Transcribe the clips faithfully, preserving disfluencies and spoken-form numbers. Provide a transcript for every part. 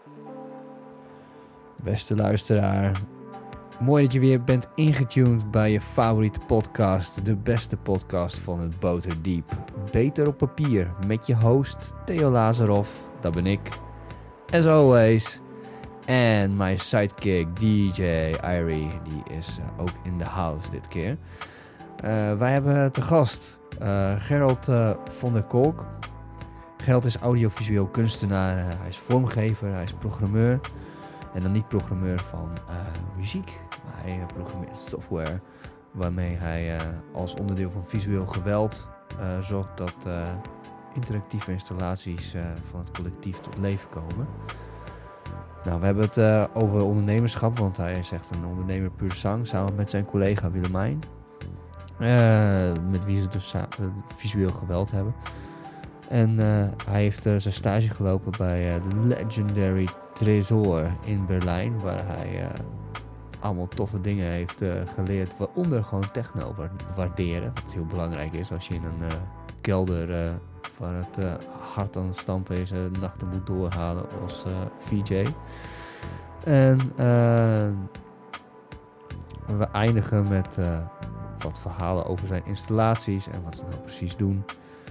Beste luisteraar, mooi dat je weer bent ingetuned bij je favoriete podcast. De beste podcast van het Boterdiep. Beter op papier met je host Theo Lazarov, dat ben ik. As always. En mijn sidekick D J Irie, die is uh, ook in de house dit keer. Uh, wij hebben te gast uh, Gerald uh, van der Kolk. Gerald is audiovisueel kunstenaar, uh, hij is vormgever, hij is programmeur. En dan niet programmeur van uh, muziek, maar hij uh, programmeert software. Waarmee hij uh, als onderdeel van visueel geweld uh, zorgt dat uh, interactieve installaties uh, van het collectief tot leven komen. Nou, we hebben het uh, over ondernemerschap, want hij is echt een ondernemer puur zang, samen met zijn collega Willemijn. Uh, met wie ze dus uh, visueel geweld hebben. En uh, hij heeft uh, zijn stage gelopen bij uh, de Legendary Tresor in Berlijn, waar hij uh, allemaal toffe dingen heeft uh, geleerd, waaronder gewoon techno waarderen. Wat heel belangrijk is als je in een uh, kelder uh, waar het uh, hard aan het stampen is, uh, nachten moet doorhalen als uh, V J. En uh, we eindigen met uh, wat verhalen over zijn installaties en wat ze nou precies doen.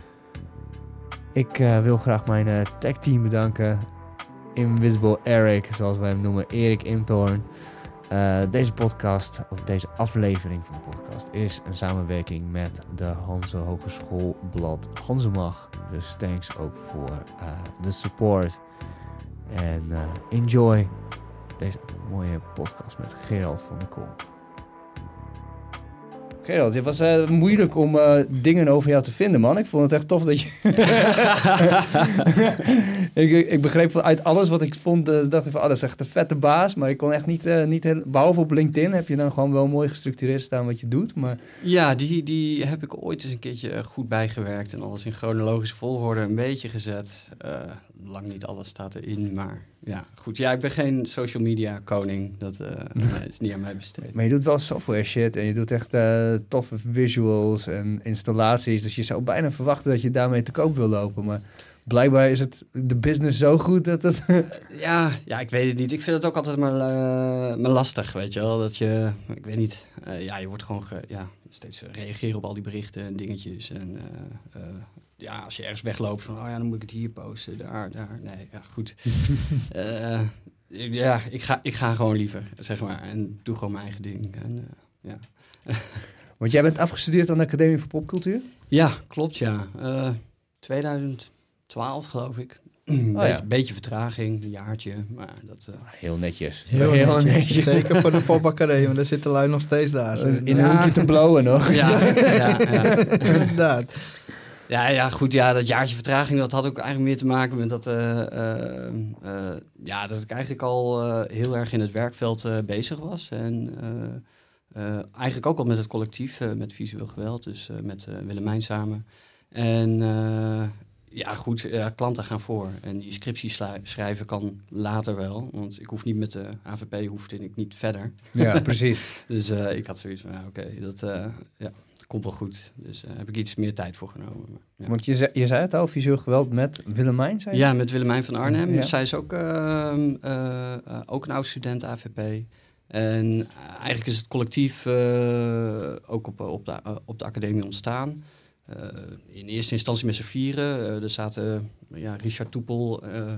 Ik uh, wil graag mijn uh, tag-team bedanken. Invisible Eric, zoals wij hem noemen, Erik Imthorn. Uh, deze podcast, of deze aflevering van de podcast, is een samenwerking met de Hanze Hogeschoolblad Hanzemag. Dus thanks ook voor uh, de support. En uh, enjoy deze mooie podcast met Gerald van der Kolk. Gerald, het was uh, moeilijk om uh, dingen over jou te vinden, man. Ik vond het echt tof dat je... ik, ik begreep uit alles wat ik vond, uh, dacht ik van, oh, dat is echt een vette baas. Maar ik kon echt niet, uh, niet heel... Behalve op LinkedIn heb je dan gewoon wel mooi gestructureerd staan wat je doet. Maar... Ja, die, die heb ik ooit eens een keertje goed bijgewerkt en alles in chronologische volgorde een beetje gezet. Uh, lang niet alles staat erin, maar ja, goed. Ja, ik ben geen social media koning. Dat uh, nee, is niet aan mij besteed. Maar je doet wel software shit en je doet echt uh, toffe visuals en installaties. Dus je zou bijna verwachten dat je daarmee te koop wil lopen. Maar blijkbaar is het de business zo goed dat het... ja, ja, ik weet het niet. Ik vind het ook altijd maar, uh, maar lastig, weet je wel. Dat je, ik weet niet, uh, ja, je wordt gewoon ge, ja, steeds reageren op al die berichten en dingetjes. En uh, uh, ja, als je ergens wegloopt van, oh ja, dan moet ik het hier posten, daar, daar. Nee, ja, goed. uh, ja, ik ga, ik ga gewoon liever, zeg maar. En doe gewoon mijn eigen ding. En, uh, ja. Want jij bent afgestudeerd aan de Academie voor Popcultuur? Ja, klopt, ja. Uh, twintig twaalf, geloof ik. Een oh, beetje, ja. beetje vertraging, een jaartje, maar dat... Uh... Heel netjes. Heel, Heel netjes. netjes. Zeker voor de Popacademie, daar zitten lui nog steeds daar. In een hoekje te blowen nog. Ja, ja, ja. Inderdaad. Ja, ja, goed, ja, dat jaartje vertraging, dat had ook eigenlijk meer te maken met dat... Uh, uh, uh, ja, dat ik eigenlijk al uh, heel erg in het werkveld uh, bezig was. En uh, uh, eigenlijk ook al met het collectief, uh, met visueel geweld, dus uh, met uh, Willemijn samen. En... Uh, Ja, goed, uh, klanten gaan voor. En die scripties schrijven kan later wel. Want ik hoef niet met de A V P, hoefde ik niet verder. Ja, precies. Dus uh, ik had zoiets van, ja, oké, okay, dat uh, ja, komt wel goed. Dus uh, heb ik iets meer tijd voor genomen. Maar, ja. Want je zei, je zei het al, visueel geweld met Willemijn, zei je? Ja, met Willemijn van Arnhem. Ja. Zij is ook, uh, uh, uh, ook een oud-student A V P. En uh, eigenlijk is het collectief uh, ook op, op, de, uh, op de academie ontstaan. Uh, in eerste instantie met z'n vieren. Uh, er zaten uh, ja, Richard Toepel uh,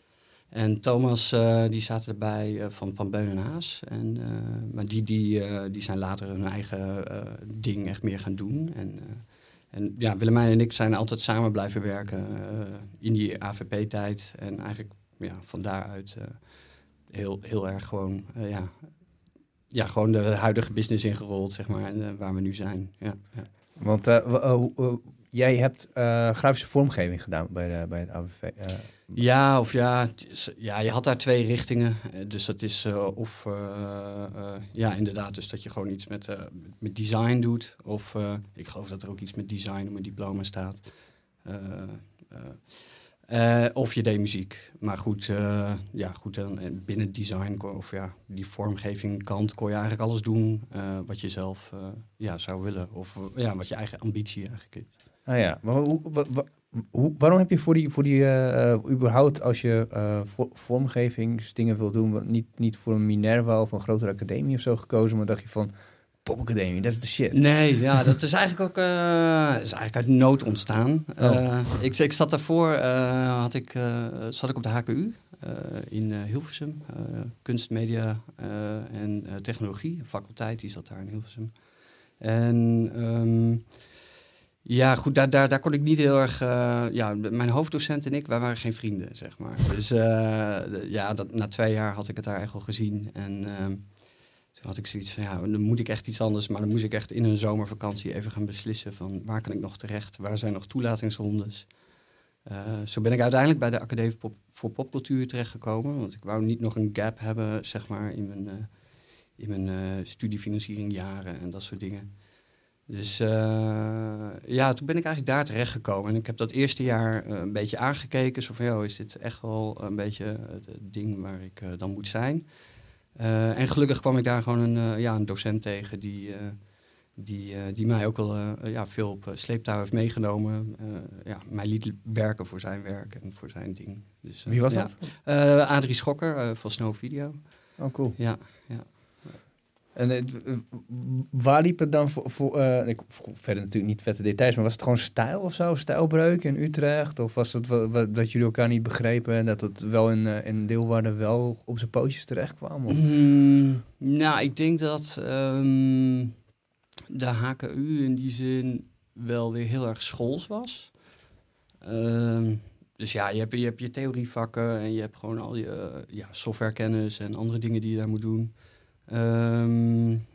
en Thomas, uh, die zaten erbij uh, van, van Beun en Haas. En, uh, maar die, die, uh, die zijn later hun eigen uh, ding echt meer gaan doen. En, uh, en ja, Willemijn en ik zijn altijd samen blijven werken uh, in die A V P-tijd. En eigenlijk ja, van daaruit uh, heel, heel erg gewoon, uh, ja, ja, gewoon de huidige business ingerold, zeg maar, en, uh, waar we nu zijn. Ja, ja. Want uh, uh, uh, jij hebt uh, grafische vormgeving gedaan bij, de, bij het A V V. Uh. Ja, of ja, ja, je had daar twee richtingen. Dus dat is uh, of, uh, uh, ja, inderdaad, dus dat je gewoon iets met, uh, met design doet. Of uh, ik geloof dat er ook iets met design op mijn diploma staat. Uh, uh, Uh, of je deed muziek. Maar goed, uh, ja, goed dan binnen design of ja, die vormgeving kant kon je eigenlijk alles doen uh, wat je zelf uh, ja, zou willen. Of uh, ja, wat je eigen ambitie eigenlijk is. Ah ja, maar hoe, wat, wat, hoe, waarom heb je voor die, voor die uh, uh, überhaupt als je uh, voor, vormgevingsdingen wil doen, niet, niet voor een Minerva of een grotere academie of zo gekozen, maar dacht je van popacademie, dat is de shit. Nee, ja, dat is eigenlijk ook uh, is eigenlijk uit nood ontstaan. Oh. Uh, ik, ik zat daarvoor, uh, had ik, uh, zat ik op de H K U uh, in uh, Hilversum, uh, kunst, media uh, en uh, technologie, een faculteit, die zat daar in Hilversum. En um, ja, goed, daar, daar, daar kon ik niet heel erg... Uh, ja, mijn hoofddocent en ik, wij waren geen vrienden, zeg maar. Dus uh, de, ja, dat, na twee jaar had ik het daar echt al gezien. En uh, toen had ik zoiets van, ja, dan moet ik echt iets anders. Maar dan moest ik echt in een zomervakantie even gaan beslissen van... waar kan ik nog terecht? Waar zijn nog toelatingsrondes? Uh, zo ben ik uiteindelijk bij de Academie Pop, voor Popcultuur terechtgekomen. Want ik wou niet nog een gap hebben, zeg maar, in mijn, uh, in mijn uh, studiefinancieringjaren en dat soort dingen. Dus uh, ja, toen ben ik eigenlijk daar terechtgekomen. En ik heb dat eerste jaar uh, een beetje aangekeken. Zo van, joh, is dit echt wel een beetje het ding waar ik uh, dan moet zijn? Uh, en gelukkig kwam ik daar gewoon een, uh, ja, een docent tegen die, uh, die, uh, die mij ook al uh, ja, veel op sleeptouw heeft meegenomen. Uh, ja, mij liet werken voor zijn werk en voor zijn ding. Dus, uh, Wie was ja. dat? Uh, Adrie Schokker uh, van Snow Video. Oh, cool. Ja, ja. En uh, waar liep het dan voor, voor uh, ik verder natuurlijk niet vette details, maar was het gewoon stijl of zo? Stijlbreuk in Utrecht? Of was het wel, wel, dat jullie elkaar niet begrepen en dat het wel in, uh, in Leeuwarden wel op zijn pootjes terecht kwam? Mm, nou, ik denk dat um, de H K U in die zin wel weer heel erg schools was. Um, dus ja, je hebt, je hebt je theorievakken en je hebt gewoon al je uh, ja, softwarekennis en andere dingen die je daar moet doen. Um, uh,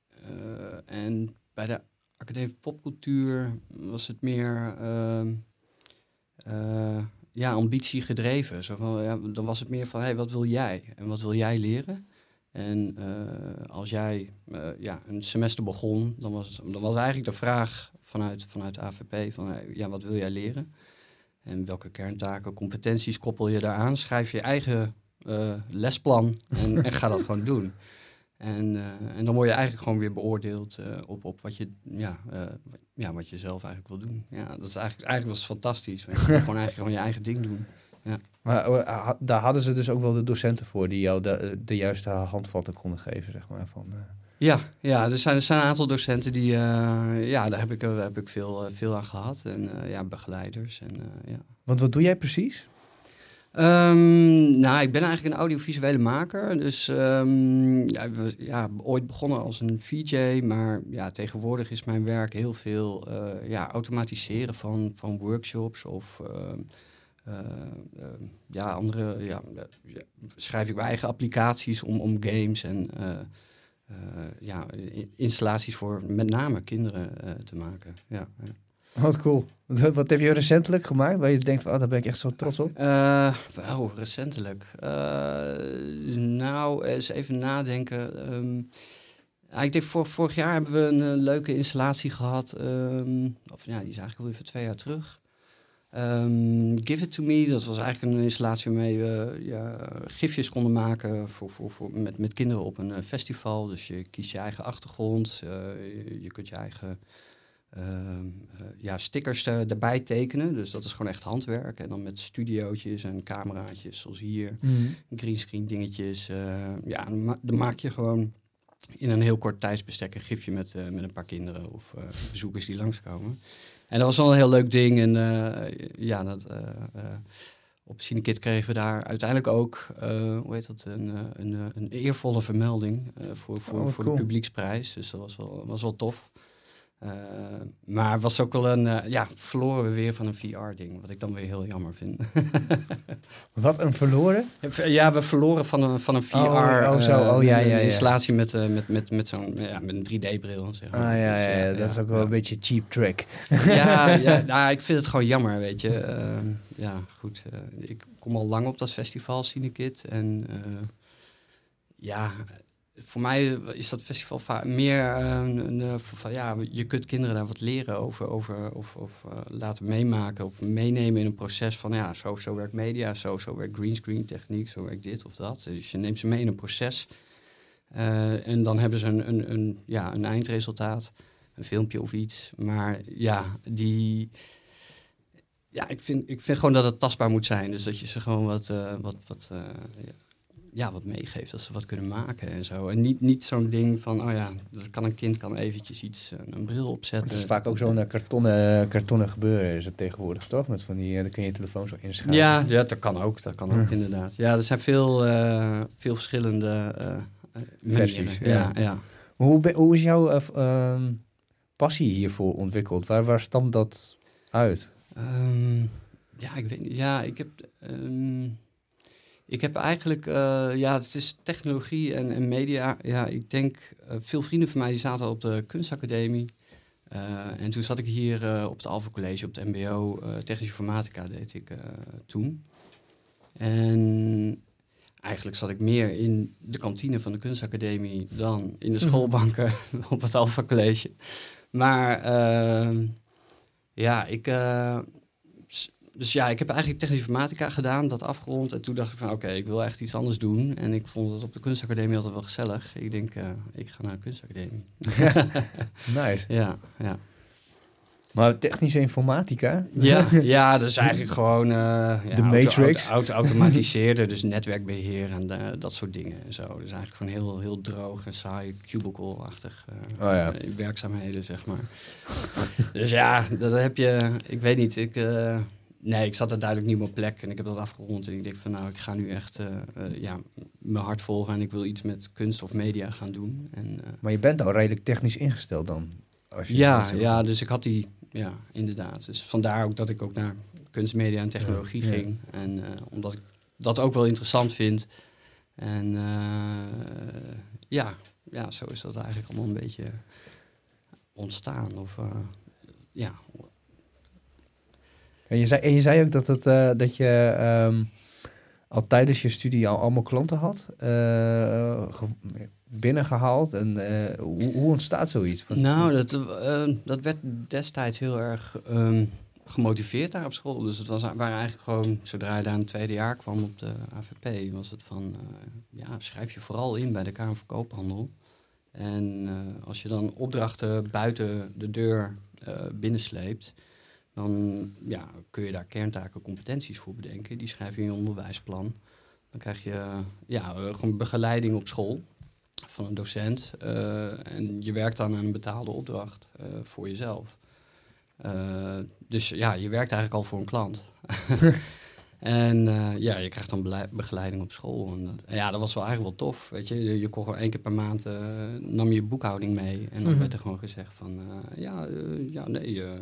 en bij de Academie Popcultuur was het meer uh, uh, ja, ambitie gedreven. Zo van, ja, dan was het meer van, hey, wat wil jij? En wat wil jij leren? En uh, als jij uh, ja, een semester begon, dan was, het, dan was eigenlijk de vraag vanuit, vanuit de A V P van, hey, ja, wat wil jij leren? En welke kerntaken, competenties koppel je daaraan? Schrijf je eigen uh, lesplan en, en ga dat gewoon doen. En, uh, en dan word je eigenlijk gewoon weer beoordeeld uh, op, op wat, je, ja, uh, ja, wat je zelf eigenlijk wil doen. Ja, dat is eigenlijk, eigenlijk was het fantastisch. Je gewoon eigenlijk gewoon je eigen ding doen. Ja. Maar uh, daar hadden ze dus ook wel de docenten voor die jou de, de juiste handvatten konden geven, zeg maar. Van, uh... Ja, ja, er zijn, er zijn een aantal docenten die, uh, ja, daar heb ik, uh, heb ik veel, uh, veel aan gehad. En uh, ja, begeleiders. En, uh, ja. Want wat doe jij precies? Um, nou, ik ben eigenlijk een audiovisuele maker. Dus um, ja, we, ja, ooit begonnen als een V J, maar ja, tegenwoordig is mijn werk heel veel uh, ja, automatiseren van, van workshops of uh, uh, uh, ja, andere. Ja, uh, schrijf ik mijn eigen applicaties om, om games en uh, uh, ja, installaties voor met name kinderen uh, te maken. Ja, ja. Wat cool. Wat, wat heb je recentelijk gemaakt waar je denkt van, oh, daar ben ik echt zo trots op? Uh, oh, recentelijk. Uh, nou, eens even nadenken. Um, ik denk vor, vorig jaar hebben we een uh, leuke installatie gehad. Um, of ja, die is eigenlijk alweer voor twee jaar terug. Um, Give It To Me, dat was eigenlijk een installatie waarmee we ja, gifjes konden maken voor, voor, voor, met, met kinderen op een uh, festival. Dus je kiest je eigen achtergrond, uh, je, je kunt je eigen... Uh, uh, ja, stickers uh, erbij tekenen. Dus dat is gewoon echt handwerk. En dan met studiootjes en cameraatjes zoals hier. Mm-hmm. Greenscreen dingetjes. Uh, ja, dan, ma- dan maak je gewoon in een heel kort tijdsbestek een gifje met, uh, met een paar kinderen of uh, bezoekers die langskomen. En dat was wel een heel leuk ding. En uh, ja, dat, uh, uh, op Cinekit kregen we daar uiteindelijk ook, uh, hoe heet dat, een, een, een, een eervolle vermelding uh, voor, voor, oh, voor cool. de publieksprijs. Dus dat was wel, was wel tof. Uh, maar was ook wel een, uh, ja, verloren we weer van een V R-ding, wat ik dan weer heel jammer vind. Wat, een verloren? Ja, we verloren van een, van een V R oh, oh, zo. Oh, ja, ja, ja. Een installatie met, uh, met, met, met zo'n ja, met een drie D-bril. Zeg maar. Ah ja, dus, uh, ja, ja, dat ja, is ook wel ja. een beetje een cheap trick. Ja, ja nou, ik vind het gewoon jammer, weet je. Uh, ja, goed. Uh, ik kom al lang op dat festival, Cinekit. En uh, ja... Voor mij is dat festival va- meer uh, een, een, van, ja, je kunt kinderen daar wat leren over, over of, of uh, laten meemaken of meenemen in een proces van, ja, zo, zo werkt media, zo, zo werkt greenscreen techniek, zo werkt dit of dat. Dus je neemt ze mee in een proces uh, en dan hebben ze een, een, een, ja, een eindresultaat, een filmpje of iets. Maar ja, die... ja, ik vind, ik vind gewoon dat het tastbaar moet zijn. Dus dat je ze gewoon wat, uh, wat, wat, uh, ja, ja, wat meegeeft. Dat ze wat kunnen maken en zo. En niet, niet zo'n ding van, oh ja, dat kan een kind kan eventjes iets, uh, een bril opzetten. Het is vaak ook zo'n uh, kartonnen, kartonnen gebeuren is het tegenwoordig, toch? Met van die, uh, dan kun je je telefoon zo inschakelen. Ja, ja, dat kan ook. Dat kan ook, hm. inderdaad. Ja, er zijn veel, uh, veel verschillende uh, versies. Ja. Ja, ja. Hoe, be, hoe is jouw uh, uh, passie hiervoor ontwikkeld? Waar, waar stamt dat uit? Um, ja, ik weet niet. Ja, ik heb... Um, ik heb eigenlijk... Uh, ja, het is technologie en, en media. Ja, ik denk... Uh, veel vrienden van mij die zaten op de kunstacademie. Uh, en toen zat ik hier uh, op het Alpha College, op het M B O. Uh, technische informatica deed ik uh, toen. En... Eigenlijk zat ik meer in de kantine van de kunstacademie dan in de schoolbanken op het Alpha College. Maar uh, ja, ik, uh, dus ja, ik heb eigenlijk technische informatica gedaan, dat afgerond. En toen dacht ik van oké, okay, ik wil echt iets anders doen. En ik vond het op de kunstacademie altijd wel gezellig. Ik denk, uh, ik ga naar de kunstacademie. Nice. Ja, ja. Maar technische informatica? Ja, ja, dus eigenlijk gewoon... Uh, ja, de Matrix? Auto, auto, auto automatiseerde, dus netwerkbeheer en uh, dat soort dingen en zo. Dus eigenlijk gewoon heel, heel droog en saai, cubicle-achtig uh, oh ja. uh, werkzaamheden, zeg maar. Dus ja, dat heb je... Ik weet niet, ik... Uh, nee, ik zat er duidelijk niet meer op plek en ik heb dat afgerond. En ik denk van, nou, ik ga nu echt uh, uh, ja, mijn hart volgen en ik wil iets met kunst of media gaan doen. En, uh, maar je bent al redelijk technisch ingesteld dan? Als je ja, ja, dus ik had die... Ja, inderdaad. Dus vandaar ook dat ik ook naar kunst, media en technologie ja, ging. Ja. En uh, omdat ik dat ook wel interessant vind. En uh, ja, ja, zo is dat eigenlijk allemaal een beetje ontstaan. Of, uh, ja. En je zei, en je zei ook dat, het, uh, dat je um, al tijdens je studie al allemaal klanten had. Uh, ge- binnengehaald. En uh, hoe, hoe ontstaat zoiets? Wat, nou, dat, uh, dat werd destijds heel erg um, gemotiveerd daar op school. Dus het was, waren eigenlijk gewoon, zodra je daar in het tweede jaar kwam op de A V P, was het van, uh, ja, schrijf je vooral in bij de Kamer van Koophandel. En uh, als je dan opdrachten buiten de deur uh, binnensleept, dan ja, kun je daar kerntaken, competenties voor bedenken. Die schrijf je in je onderwijsplan. Dan krijg je uh, ja, uh, gewoon begeleiding op school van een docent. Uh, en je werkt dan aan een betaalde opdracht uh, voor jezelf. Uh, dus ja, je werkt eigenlijk al voor een klant. En uh, ja, je krijgt dan bele- begeleiding op school. En, uh, ja, dat was wel eigenlijk wel tof. Weet je, je, je kon gewoon één keer per maand uh, nam je je boekhouding mee. En dan mm-hmm. werd er gewoon gezegd van, uh, ja, uh, ja, nee... Uh,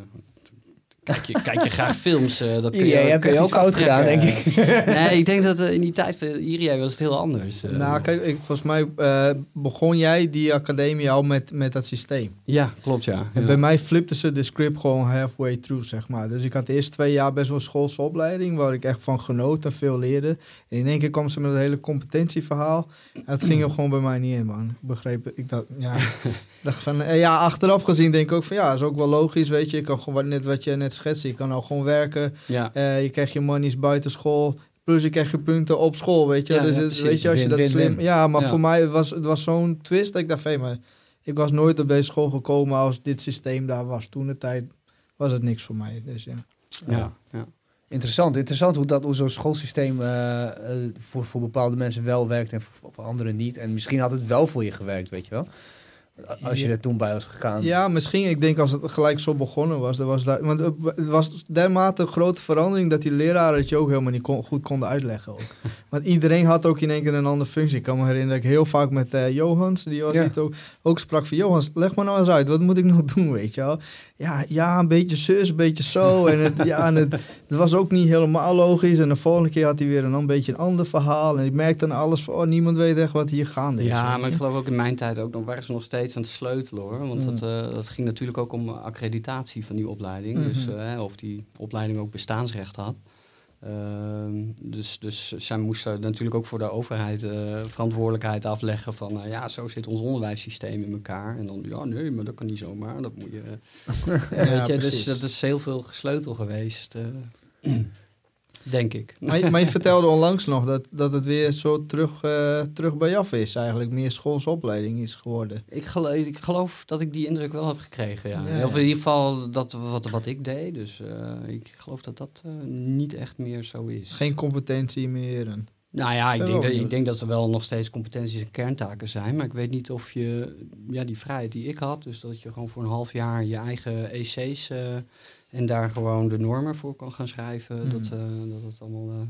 Kijk je, kijk je graag films, uh, dat kun je, ja, je kun je ook oud gedaan, denk ik. Nee, ik denk dat uh, in die tijd van Iria was het heel anders. Uh. Nou, kijk, ik, volgens mij uh, begon jij die academie al met, met dat systeem. Ja, klopt, ja. En ja. bij mij flipte ze de script gewoon halfway through, zeg maar. Dus ik had de eerste twee jaar best wel een schoolse opleiding, waar ik echt van genoot en veel leerde. En in één keer kwam ze met het hele competentieverhaal. En dat ging er gewoon bij mij niet in, man. Ik begreep, ik dacht, ja... dacht van, uh, ja, achteraf gezien denk ik ook van, ja, is ook wel logisch, weet je. Ik kan gewoon net wat je net schetsen. Je kan al gewoon werken. Ja. Uh, je krijgt je monies buiten school. Plus je krijgt je punten op school, weet je. Ja, dus ja, het, weet je, als je win, dat win, slim... Win. Ja, maar ja. voor mij was het was zo'n twist dat ik dacht, hé, maar ik was nooit op deze school gekomen als dit systeem daar was. Toen de tijd was het niks voor mij. Dus ja. Ja, ja. ja. Interessant. Interessant hoe, dat, hoe zo'n schoolsysteem uh, uh, voor, voor bepaalde mensen wel werkt en voor, voor anderen niet. En misschien had het wel voor je gewerkt, weet je wel. Als je ja. er toen bij was gegaan. Ja, misschien. Ik denk als het gelijk zo begonnen was. was daar, want het was dermate een grote verandering dat die leraren het je ook helemaal niet kon, goed konden uitleggen. Ook. Want iedereen had ook in één keer een andere functie. Ik kan me herinneren dat ik heel vaak met uh, Johans, die was ja. ook, ook sprak van Johans, leg maar nou eens uit. Wat moet ik nog doen, weet je wel? Ja, ja, een beetje zus, een beetje zo. En, het, ja, en het, het was ook niet helemaal logisch. En de volgende keer had hij weer een, een beetje een ander verhaal. En ik merkte dan alles van, oh, niemand weet echt wat hier gaande is. Ja, maar ik geloof ook in mijn tijd ook nog, waren ze nog steeds aan het sleutelen, hoor. Want mm. dat, uh, dat ging natuurlijk ook om accreditatie van die opleiding. Mm-hmm. Dus uh, of die opleiding ook bestaansrecht had. Uh, dus, dus zij moesten natuurlijk ook voor de overheid uh, verantwoordelijkheid afleggen van, uh, ja, zo zit ons onderwijssysteem in elkaar. En dan, ja, nee, maar dat kan niet zomaar. Dat moet je... Uh, ja, weet je, dus dat is heel veel gesleutel geweest. Uh. Denk ik. Maar je, maar je vertelde onlangs nog dat, dat het weer zo terug, uh, terug bij af is. Eigenlijk meer schoolse opleiding is geworden. Ik geloof, ik geloof dat ik die indruk wel heb gekregen, ja. Ja, Of in ieder geval dat, wat, wat ik deed. Dus uh, ik geloof dat dat uh, niet echt meer zo is. Geen competentie meer. En... Nou ja, ik denk, oh, dat, ik denk dat er wel nog steeds competenties en kerntaken zijn. Maar ik weet niet of je ja, die vrijheid die ik had... dus dat je gewoon voor een half jaar je eigen E C's... Uh, en daar gewoon de normen voor kan gaan schrijven. Mm. Dat, uh, dat het allemaal... Uh,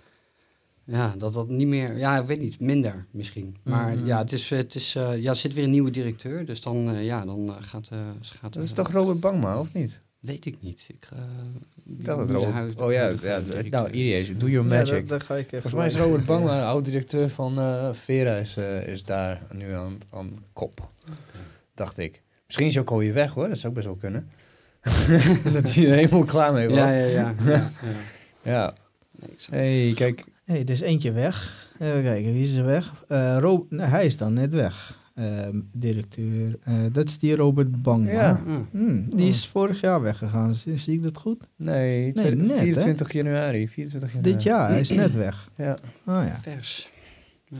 ja, dat dat niet meer... Ja, ik weet niet. Minder misschien. Maar mm-hmm. ja, het is... Het is uh, ja, er zit weer een nieuwe directeur. Dus dan, uh, ja, dan uh, gaat... Uh, gaat dat is uh, toch Robert Bangma, of niet? Weet ik niet. Ik, uh, dat het Robert... Huis, oh ja, ja nou, Ideation, do your magic. Ja, dat, dat ga ik even Volgens mij is Robert Bangma, ja. oud-directeur van uh, Vera, is, uh, is daar nu aan, aan kop. Okay. Dacht ik. Misschien is hij ook alweer weg, hoor. Dat zou best wel kunnen. Dat hij er helemaal klaar mee was. Ja, ja, ja. ja, ja. ja. Nee, hey, kijk. Hé, hey, er is eentje weg. Even kijken, wie is er weg? Uh, Ro- nee, hij is dan net weg. Uh, directeur. Uh, dat is die Robert Bangma. Ja. Hmm, die is vorig jaar weggegaan. Zie, zie ik dat goed? Nee, nee net, vierentwintig januari. vierentwintig januari. Dit jaar, hij is net weg. Ja. Oh ja. Vers. Ja.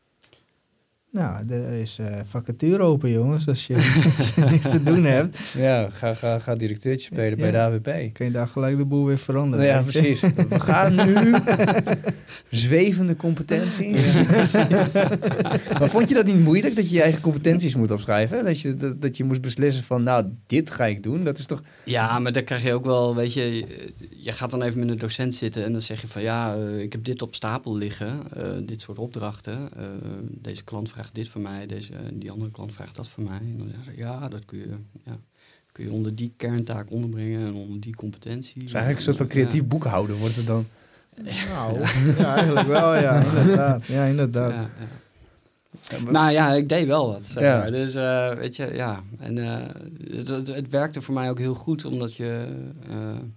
Nou, er is uh, vacature open, jongens. Als je, als je niks te doen hebt. Ja, ga, ga, ga directeurtje spelen ja. bij de A W B. Kun je daar gelijk de boel weer veranderen. Ja, precies. We gaan nu zwevende competenties. Ja, maar vond je dat niet moeilijk, dat je je eigen competenties moet opschrijven? Dat je, dat, dat je moest beslissen van, nou, dit ga ik doen. Dat is toch... Ja, maar dan krijg je ook wel, weet je... Je gaat dan even met een docent zitten en dan zeg je van... Ja, uh, ik heb dit op stapel liggen. Uh, dit soort opdrachten. Uh, deze klant vraagt dit van mij, deze, die andere klant vraagt dat van mij. En dan zeg je, ja, dat kun je, ja, kun je onder die kerntaak onderbrengen en onder die competentie. Dus eigenlijk een soort van creatief ja. boekhouden wordt het dan. Nou, ja, eigenlijk wel, ja, inderdaad. Ja, inderdaad. Ja, ja. Ja, nou ja, ik deed wel wat, zeg ja. maar. Dus, uh, weet je, ja. En uh, het, het, het werkte voor mij ook heel goed, omdat je... Uh,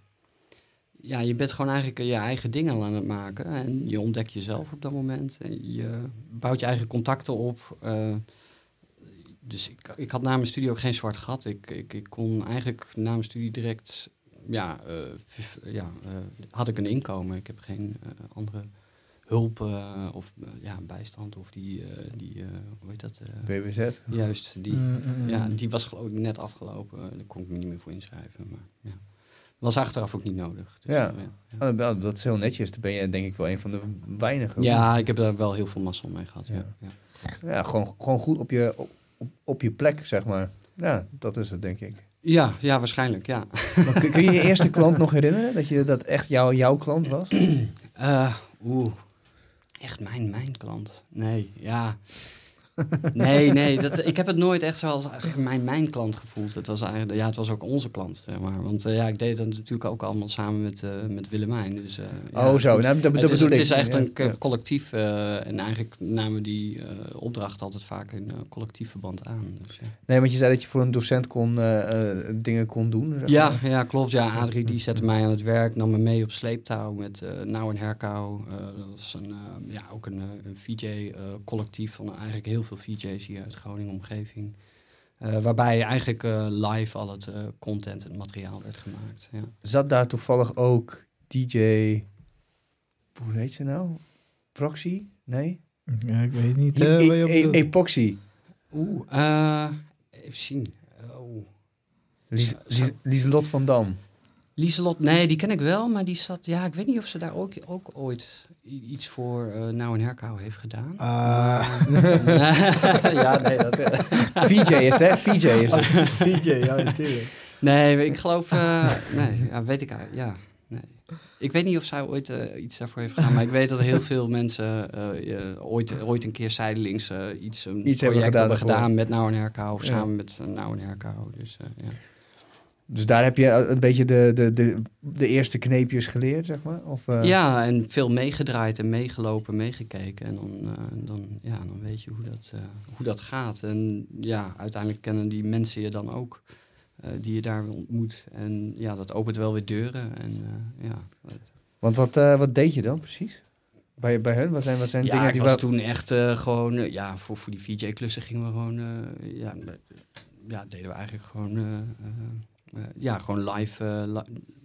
ja, je bent gewoon eigenlijk je eigen dingen aan het maken. En je ontdekt jezelf op dat moment. En je bouwt je eigen contacten op. Uh, dus ik, ik had na mijn studie ook geen zwart gat. Ik, ik, ik kon eigenlijk na mijn studie direct... Ja, uh, ja uh, had ik een inkomen. Ik heb geen uh, andere hulp uh, of uh, ja, bijstand. Of die, uh, die uh, hoe heet dat? Uh, B B Z? Juist, die, mm-hmm. ja, die was geloof ik net afgelopen. Daar kon ik me niet meer voor inschrijven. Maar ja. Was achteraf ook niet nodig. Dus, ja, ja, ja. Oh, dat is heel netjes. Dan ben je denk ik wel een van de weinigen. Ja, ik heb daar wel heel veel mazzel mee gehad. Ja, ja. ja. ja gewoon, gewoon goed op je, op, op je plek, zeg maar. Ja, dat is het, denk ik. Ja, ja waarschijnlijk, ja. Maar kun, kun je je eerste klant nog herinneren? Dat je dat echt jou, jouw klant was? Uh, Oeh, echt mijn, mijn klant? Nee, ja... Nee, nee, dat, ik heb het nooit echt zoals mijn, mijn klant gevoeld. Het was eigenlijk, ja, het was ook onze klant, zeg maar. Want uh, ja, ik deed dat natuurlijk ook allemaal samen met, uh, met Willemijn. Dus, uh, ja, oh, zo. Nou, dat, dat het, is, bedoel het ik. is echt ja, een ja. collectief. Uh, en eigenlijk namen we die uh, opdracht altijd vaak in uh, collectief verband aan. Dus, ja. Nee, want je zei dat je voor een docent kon, uh, uh, dingen kon doen. Zeg ja, maar. ja, klopt. Ja, Adrie die zette mij aan het werk, nam me mee op sleeptouw met uh, Nauw en Herkauw. Uh, dat was een, uh, ja, ook een, een V J-collectief uh, van eigenlijk heel veel V J's hier uit Groningen omgeving. Uh, waarbij eigenlijk uh, live al het uh, content en het materiaal werd gemaakt. Ja. Zat daar toevallig ook D J... Hoe heet ze nou? Proxy? Nee? Ja, ik weet niet. Uh, e- e- e- Epoxy. Oeh, uh, even zien. Oh. Lies- Lies- Lieselot van Dam. Lieselot, nee, die ken ik wel, maar die zat... Ja, ik weet niet of ze daar ook, ook ooit iets voor uh, Nauw en Herkauw heeft gedaan. Uh. Maar, ja, nee, dat... Uh. V J is het, V J is het. V J, ja, natuurlijk. Nee, ik geloof... Uh, nee, ja, weet ik eigenlijk, ja. Nee. Ik weet niet of zij ooit uh, iets daarvoor heeft gedaan, maar ik weet dat heel veel mensen uh, uh, ooit, ooit een keer zijdelings uh, iets, een iets project hebben gedaan, hebben gedaan met Nauw en Herkauw of ja. samen met uh, Nauw en Herkauw. Dus, uh, ja. Dus daar heb je een beetje de, de, de, de eerste kneepjes geleerd, zeg maar? Of, uh... Ja, en veel meegedraaid en meegelopen, meegekeken. En dan, uh, dan, ja, dan weet je hoe dat, uh, hoe dat gaat. En ja, uiteindelijk kennen die mensen je dan ook, uh, die je daar weer ontmoet. En ja, dat opent wel weer deuren. En, uh, ja, dat... Want wat, uh, wat deed je dan precies? Bij, bij hun? Wat zijn, wat zijn ja, dingen ik die... was wel... toen echt uh, gewoon... Uh, ja, voor, voor die V J-klussen gingen we gewoon... Uh, ja, ja, deden we eigenlijk gewoon... Uh, uh, Uh, ja, gewoon live, uh, li-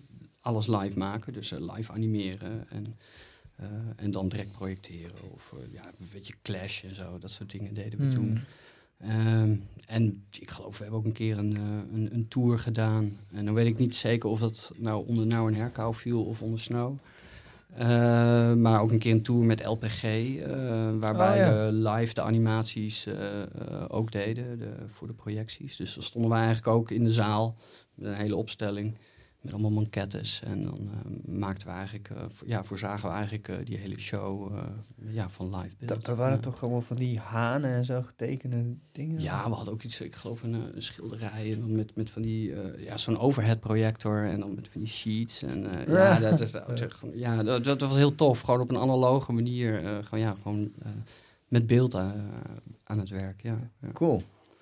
alles live maken. Dus uh, live animeren en, uh, en dan direct projecteren. Of uh, ja, een beetje Clash en zo. Dat soort dingen deden we mm. toen. Um, en ik geloof, we hebben ook een keer een, uh, een, een tour gedaan. En dan weet ik niet zeker of dat nou onder Nou en Herkou viel of onder Snow. Uh, maar ook een keer een tour met L P G, uh, waarbij oh, ja. we live de animaties uh, uh, ook deden de, voor de projecties. Dus dan stonden we eigenlijk ook in de zaal met een hele opstelling met allemaal manquettes. En dan uh, maakten we eigenlijk, uh, voor, ja, voorzagen we eigenlijk uh, die hele show uh, ja, van live beeld. Dat, dat waren ja. toch allemaal van die hanen en zo getekende dingen? Ja, we hadden ook iets, ik geloof een, een schilderij en dan met, met van die, uh, ja, zo'n overhead projector en dan met van die sheets. En uh, ja, ja, dat, is, dat, ja dat, dat was heel tof. Gewoon op een analoge manier, uh, gewoon, ja, gewoon uh, met beeld uh, aan het werk. Ja, ja. Cool.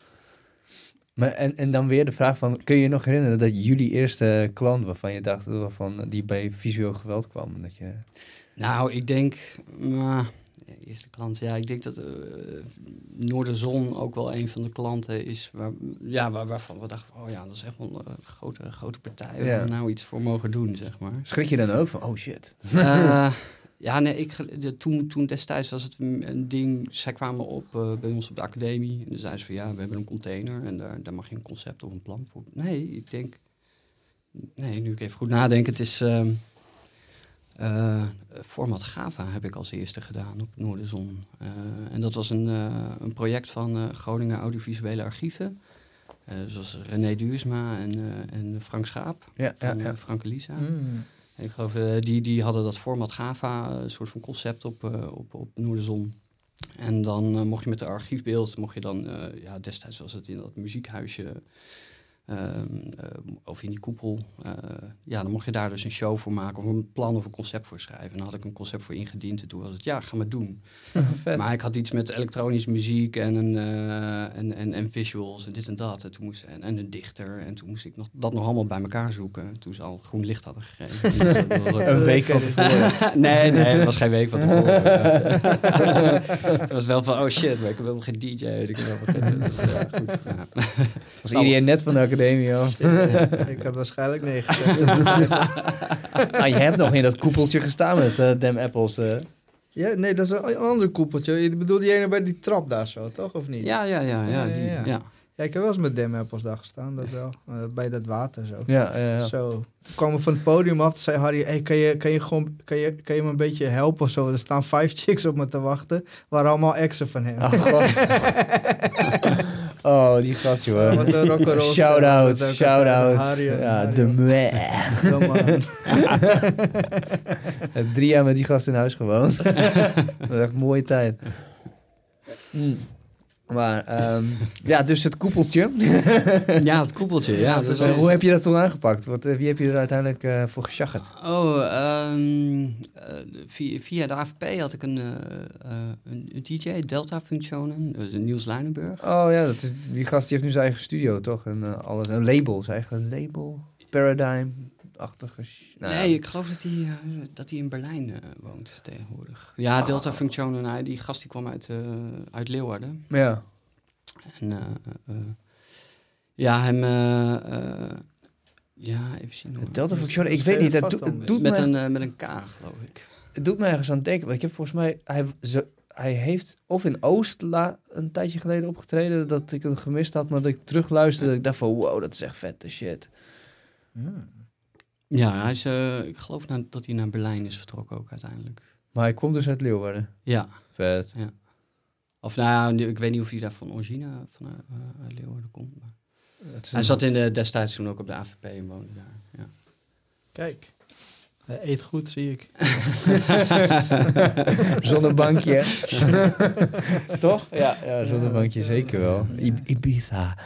Maar en, en dan weer de vraag van, kun je je nog herinneren dat jullie eerste klant waarvan je dacht, waarvan die bij visueel geweld kwam? Dat je... Nou, ik denk, uh, eerste klant, ja, ik denk dat uh, Noorderzon ook wel een van de klanten is waar, ja, waar, waarvan we dachten, oh ja, dat is echt wel een grote, grote partij waar ja. we nou iets voor mogen doen, zeg maar. Schrik je dan ook van, oh shit? Uh, Ja, nee, ik, de, toen, toen destijds was het een ding. Zij kwamen op uh, bij ons op de academie. En dan zeiden ze van ja, we hebben een container. En daar, daar mag je een concept of een plan voor. Nee, ik denk. Nee, nu ik even goed nadenk. Het is. Uh, uh, format Gava heb ik als eerste gedaan op Noorderzon. Uh, en dat was een, uh, een project van uh, Groningen Audiovisuele Archieven. Uh, zoals René Duursma en, uh, en Frank Schaap. Ja, van ja, ja. Uh, Frank Elisa. Mm. Ik geloof, uh, die, die hadden dat format Gava, een soort van concept op, uh, op, op Noorderzon. En dan uh, mocht je met de archiefbeeld, mocht je dan, uh, ja, destijds was het in dat muziekhuisje, uh, uh, of in die koepel. Uh, ja, dan mocht je daar dus een show voor maken, of een plan of een concept voor schrijven. En dan had ik een concept voor ingediend en toen was het, ja, ga maar doen. Maar ik had iets met elektronische muziek en, een, uh, en, en, en visuals en dit en dat. En, toen moest, en, en een dichter. En toen moest ik nog, dat nog allemaal bij elkaar zoeken. Toen ze al groen licht hadden gegeven. Dus dat was ook een week van tevoren. nee, nee, het was geen week van tevoren. Het was wel van, oh shit, maar ik heb helemaal geen D J. Ik heb helemaal geen... Dus, ja, goed. Ja. Was iedereen net van de academie, joh. Ja, ik had waarschijnlijk nee gezegd. Ah, je hebt nog in dat koepeltje gestaan met uh, Dem Apples. Uh. Ja, nee, dat is een, een ander koepeltje. Je bedoelt die ene bij die trap daar zo, toch? Of niet? Ja, ja, ja. ja, die, ja, ja. ja. Ja, ik heb wel eens met Dem Apples daar gestaan, dat wel. Uh, bij dat water zo. Ja, ja, ja. Zo. Toen kwam we van het podium af en zei Harry, hey, kan, je, kan, je gewoon, kan, je, kan je me een beetje helpen of zo? Er staan vijf chicks op me te wachten, waren allemaal exen van hem. Oh, oh die gast, joh. Wat een rock'n'roll. Shout-out, shout-out. Ja, de meh. Drie jaar met die gast in huis gewoond. Dat was echt een mooie tijd. Mm. Maar, um, ja, dus het koepeltje. Ja, het koepeltje, ja. Dus uh, hoe heb je dat toen aangepakt? Wat, wie heb je er uiteindelijk uh, voor geschaggerd? Oh, um, uh, via, via de A V P had ik een, uh, uh, een, een D J, Delta Functionen, dus Niels Luijnenburg. Oh ja, dat is, die gast die heeft nu zijn eigen studio, toch? En, uh, alles, een label, zijn eigen label, Paradigm. Achtige nou, nee, ik geloof dat hij, uh, dat hij in Berlijn uh, woont tegenwoordig. Ja, oh. Delta Functionen, nou, die gast die kwam uit, uh, uit Leeuwarden. Ja. En uh, uh, ja, hem... Uh, uh, ja, even zien. Hoor. Delta Functionen, ik weet niet. Het, do, het doet met, mij, een, uh, met een K, geloof ik. Het doet me ergens aan denken. Want ik heb volgens mij... Hij, ze, hij heeft of in Oost la, een tijdje geleden opgetreden... dat ik het gemist had, maar dat ik terugluisterde... dat ik dacht van, wow, dat is echt vette shit. Hmm. Ja, hij is, uh, ik geloof nou dat hij naar Berlijn is vertrokken ook uiteindelijk. Maar hij komt dus uit Leeuwarden? Ja. Vet. Ja. Of nou ja, ik weet niet of hij daar van origine van uh, uit Leeuwarden komt. Maar hij zat in de, destijds toen ook op de A V P en woonde daar. Ja. Kijk, hij eet goed, zie ik. Zonnebankje. Toch? Ja, ja zonnebankje ja, zeker wel. I- Ibiza.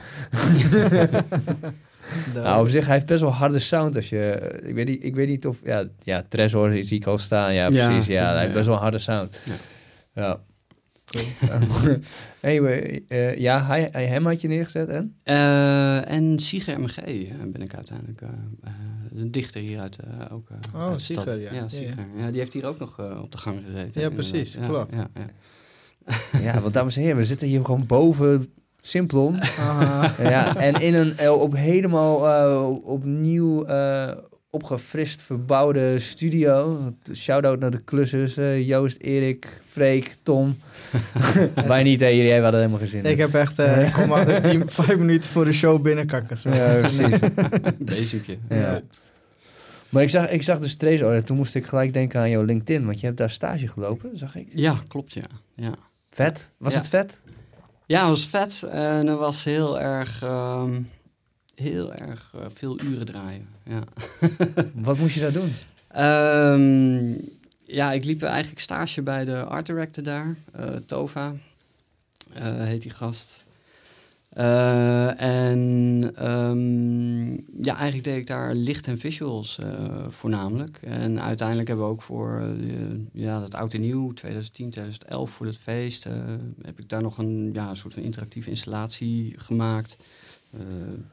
Nou, op zich, hij heeft best wel harde sound als je... Ik weet niet, ik weet niet of... Ja, ja Tresor zie ik al staan. Ja, precies. Ja, ja hij heeft best wel harde sound. Ja. Ja. Cool. Anyway, uh, ja, hij, hij, hem had je neergezet en? Uh, en Siger M G ben ik uiteindelijk... Uh, uh, een dichter hier uit uh, ook uh, oh, uit Siger, ja. Ja, Siger. Ja, ja. Ja, die heeft hier ook nog uh, op de gang gezeten. Ja, precies. Ja, klopt. Ja, ja, ja. Ja, want dames en heren, we zitten hier gewoon boven... Simplon. Ja, en in een uh, op helemaal uh, opnieuw uh, opgefrist, verbouwde studio. Shout-out naar de klussers. Uh, Joost, Erik, Freek, Tom. Wij niet, hè, jullie hadden helemaal geen zin. Ik heb echt, uh, ik kom altijd tien, vijf minuten voor de show binnenkakken. Zo. Ja, precies. Basicje. Ja. Ja. Maar ik zag, ik zag dus Trezor en toen moest ik gelijk denken aan jouw LinkedIn. Want je hebt daar stage gelopen, zag ik. Ja, klopt, ja. ja. Vet? Was Ja. het vet? Ja, het was vet. En het was heel erg, um, heel erg uh, veel uren draaien. Ja. Wat moest je daar doen? Um, ja, ik liep eigenlijk stage bij de art director daar. Uh, Tova uh, heet die gast. Uh, en um, ja, eigenlijk deed ik daar licht en visuals uh, voornamelijk. En uiteindelijk hebben we ook voor uh, ja, dat oud en nieuw, twintig tien, twintig elf, voor dat feest, uh, heb ik daar nog een, ja, een soort van interactieve installatie gemaakt. Uh,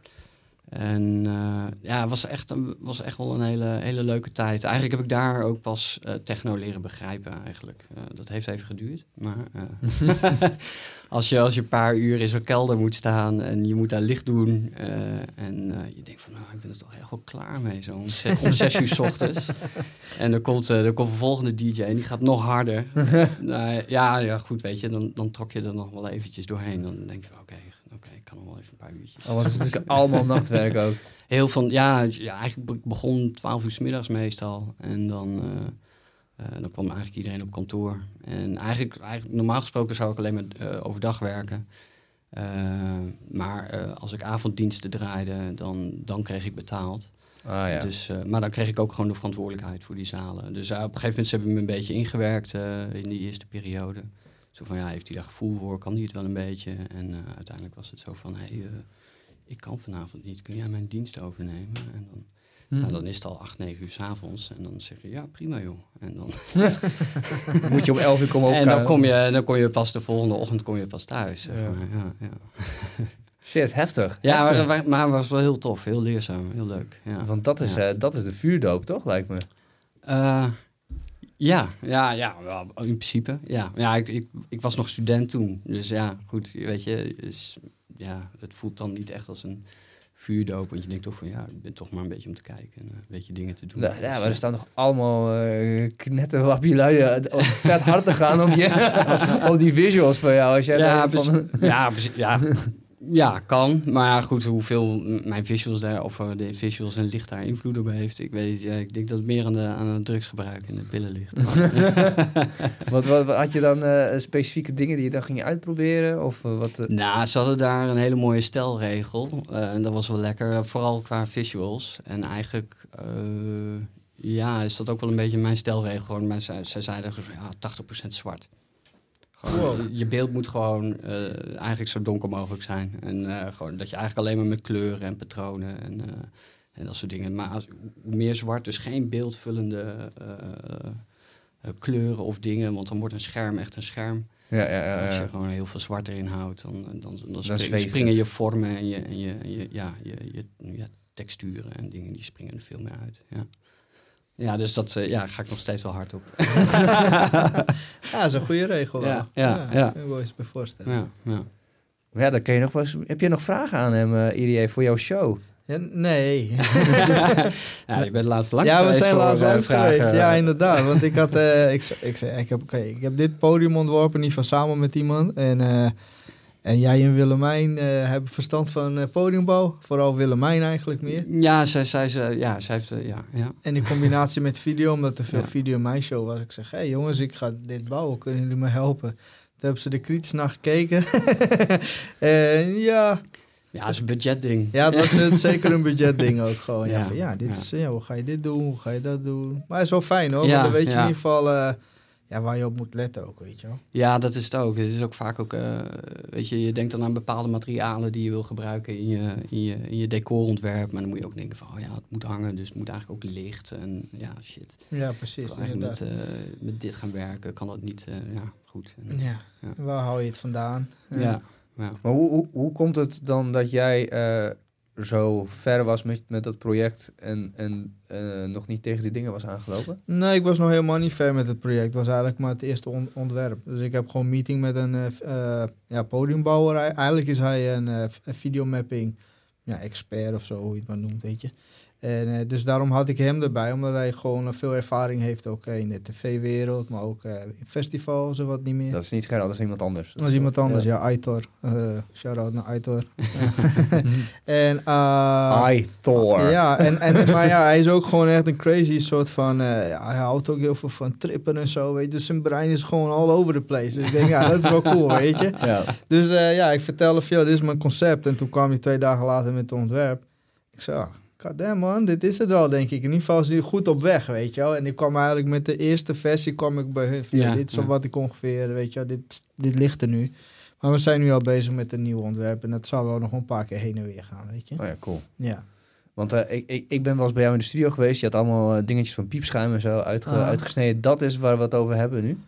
en uh, ja, het was echt, was echt wel een hele, hele leuke tijd. Eigenlijk heb ik daar ook pas uh, techno leren begrijpen eigenlijk. Uh, dat heeft even geduurd. Maar uh, als, je, als je een paar uur in zo'n kelder moet staan en je moet daar licht doen. Uh, en uh, je denkt van, nou, ik ben er toch echt wel klaar mee. Zo om, zes, om zes uur 's ochtends. En dan komt, uh, dan komt de volgende D J en die gaat nog harder. uh, ja, ja, goed, weet je. Dan, dan trok je er nog wel eventjes doorheen. Dan denk je van, oké. Okay, Oké, okay, ik kan nog wel even een paar uurtjes. Oh, want het is natuurlijk allemaal nachtwerk ook. Heel van, ja, ja, eigenlijk begon twaalf uur 's middags meestal. En dan, uh, uh, dan kwam eigenlijk iedereen op kantoor. En eigenlijk, eigenlijk normaal gesproken zou ik alleen maar uh, overdag werken. Uh, maar uh, als ik avonddiensten draaide, dan, dan kreeg ik betaald. Ah, ja. Dus, uh, maar dan kreeg ik ook gewoon de verantwoordelijkheid voor die zalen. Dus uh, op een gegeven moment hebben ze me een beetje ingewerkt uh, in die eerste periode. Zo van, ja, heeft hij daar gevoel voor? Kan hij het wel een beetje? En uh, uiteindelijk was het zo van, hé, hey, uh, ik kan vanavond niet. Kun jij mijn dienst overnemen? En dan, hmm. nou, dan is het al acht, negen uur 's avonds. En dan zeg je, ja, prima joh. En dan moet je om elf uur komen opkomen. En dan kom, je, dan kom je pas de volgende ochtend kom je pas thuis. Zeg ja. maar. Ja, ja. Shit, heftig. Ja, heftig. Maar, maar het was wel heel tof. Heel leerzaam. Heel leuk. Ja. Want dat is, ja. uh, dat is de vuurdoop, toch, lijkt me? Uh, Ja, ja, ja, in principe. Ja, ja ik, ik, ik was nog student toen. Dus ja, goed, weet je, is, ja, het voelt dan niet echt als een vuurdoop. Want je denkt toch van, ja, ik ben toch maar een beetje om te kijken en een beetje dingen te doen. Ja, ja maar er staan nog allemaal uh, knetterwappie lui uh, vet hard te gaan op, je, op die visuals van jou. Als jij ja, van... precies, ja, precies, ja. Ja, kan. Maar ja, goed, hoeveel mijn visuals daar, of uh, de visuals en licht daar invloed op heeft, ik weet ja, ik denk dat het meer aan, de, aan het drugsgebruik en de pillen ligt. wat, wat, wat had je dan uh, specifieke dingen die je dan ging uitproberen? Of, uh, wat, uh... Nou, ze hadden daar een hele mooie stelregel. Uh, en dat was wel lekker, uh, vooral qua visuals. En eigenlijk, uh, ja, is dat ook wel een beetje mijn stelregel. Gewoon, maar zij, zij zeiden, ja, tachtig procent zwart. Gewoon, wow. Je beeld moet gewoon uh, eigenlijk zo donker mogelijk zijn. En uh, gewoon dat je eigenlijk alleen maar met kleuren en patronen en, uh, en dat soort dingen. Maar als, hoe meer zwart, dus geen beeldvullende uh, uh, kleuren of dingen. Want dan wordt een scherm echt een scherm. Ja, ja, ja, ja. Als je gewoon heel veel zwart erin houdt, dan, dan, dan, dan, dan spring, springen je vormen en je, en je, en je, ja, je, je, je texturen en dingen, die springen er veel meer uit. Ja. Ja, dus dat uh, ja, ga ik nog steeds wel hard op. Ja, dat is een goede regel. Ja, ja, ja. ja. Ik kan me wel eens bij voorstellen. Ja, ja. Ja, dan kun je nog wel eens... Heb je nog vragen aan hem, uh, Irie, voor jouw show? Ja, nee. Ja, je bent laatst langs ja, geweest. Ja, we zijn laatst langs vragen. geweest. Ja, inderdaad. Want ik had... Uh, ik, ik, zei, ik, heb, okay, ik heb dit podium ontworpen, niet van samen met iemand. En... Uh, En jij en Willemijn uh, hebben verstand van uh, podiumbouw. Vooral Willemijn eigenlijk meer. Ja, zij, zij, zij, ja, zij heeft... Uh, ja, ja. En in combinatie met video, omdat er veel ja. video in mijn show was. Ik zeg, hé hey, jongens, ik ga dit bouwen. Kunnen jullie me helpen? Toen hebben ze er kritisch naar gekeken. En ja... Ja, dat is een budgetding. Ja, dat is zeker een budgetding ook gewoon. Ja, Ja, van, ja, dit ja. Is, ja, hoe ga je dit doen? Hoe ga je dat doen? Maar het is wel fijn hoor. Ja, want dan weet je ja. in ieder geval... Uh, Ja, waar je op moet letten ook, weet je wel. Ja, dat is het ook. Het is ook vaak ook, uh, weet je, je denkt dan aan bepaalde materialen die je wil gebruiken in je, in je, in je decorontwerp. Maar dan moet je ook denken van, oh ja, het moet hangen, dus het moet eigenlijk ook licht. En ja, shit. Ja, precies. Eigenlijk met, uh, met dit gaan werken, kan dat niet, uh, ja, goed. En, ja. ja, waar hou je het vandaan? Ja, ja. ja. Maar hoe, hoe, hoe komt het dan dat jij uh, zo ver was met, met dat project en, en uh, nog niet tegen die dingen was aangelopen? Nee, ik was nog helemaal niet ver met het project. Het was eigenlijk maar het eerste on- ontwerp. Dus ik heb gewoon een meeting met een uh, uh, ja, podiumbouwer. Eigenlijk is hij een uh, videomapping ja, expert of zo, hoe je het maar noemt, weet je. En uh, dus daarom had ik hem erbij, omdat hij gewoon uh, veel ervaring heeft ook uh, in de tv-wereld, maar ook uh, in festivals en wat niet meer. Dat is niet Gerald, dat is iemand anders. Dat is iemand anders, ja, ja Aitor. Uh, shout-out naar Aitor. en, uh, Aitor. Ja, en, en, maar ja, hij is ook gewoon echt een crazy soort van, uh, ja, hij houdt ook heel veel van trippen en zo, weet je. Dus zijn brein is gewoon all over the place. Dus ik denk, ja, dat is wel cool, weet je. Ja. Dus uh, ja, ik vertelde veel, dit is mijn concept. En toen kwam hij twee dagen later met het ontwerp. Ik zei, oh, goddamn man, dit is het wel, denk ik. In ieder geval is hij goed op weg, weet je wel. En ik kwam eigenlijk met de eerste versie, kwam ik bij hun. Ja, dit is ja. wat ik ongeveer, weet je wel, dit, dit ligt er nu. Maar we zijn nu al bezig met een nieuw ontwerp. En dat zal wel nog een paar keer heen en weer gaan, weet je. Oh ja, cool. Ja. Want uh, ik, ik, ik ben wel eens bij jou in de studio geweest. Je had allemaal uh, dingetjes van piepschuim en zo uitge, ah. uitgesneden. Dat is waar we het over hebben nu?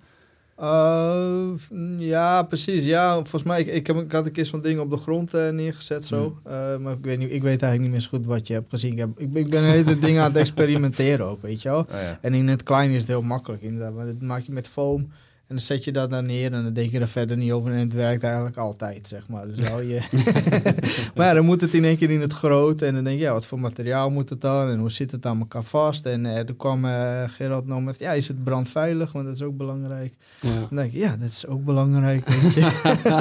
Uh, ja, precies. Ja, volgens mij, ik, ik, heb, ik had een keer zo'n ding op de grond uh, neergezet zo. Mm. Uh, maar ik weet, niet, ik weet eigenlijk niet meer zo goed wat je hebt gezien. Ik, heb, ik, ik ben een hele ding aan het experimenteren ook, weet je wel. Oh, ja. En in het klein is het heel makkelijk inderdaad. Maar dat maak je met foam. En dan zet je dat daar neer en dan denk je er verder niet over. En het werkt eigenlijk altijd, zeg maar. Dus hou je... maar ja, dan moet het in één keer in het groot. En dan denk je, ja, wat voor materiaal moet het dan? En hoe zit het aan elkaar vast? En uh, toen kwam uh, Gerald nog met, ja, is het brandveilig? Want dat is ook belangrijk. Ja. Dan denk ik, ja, dat is ook belangrijk, weet je.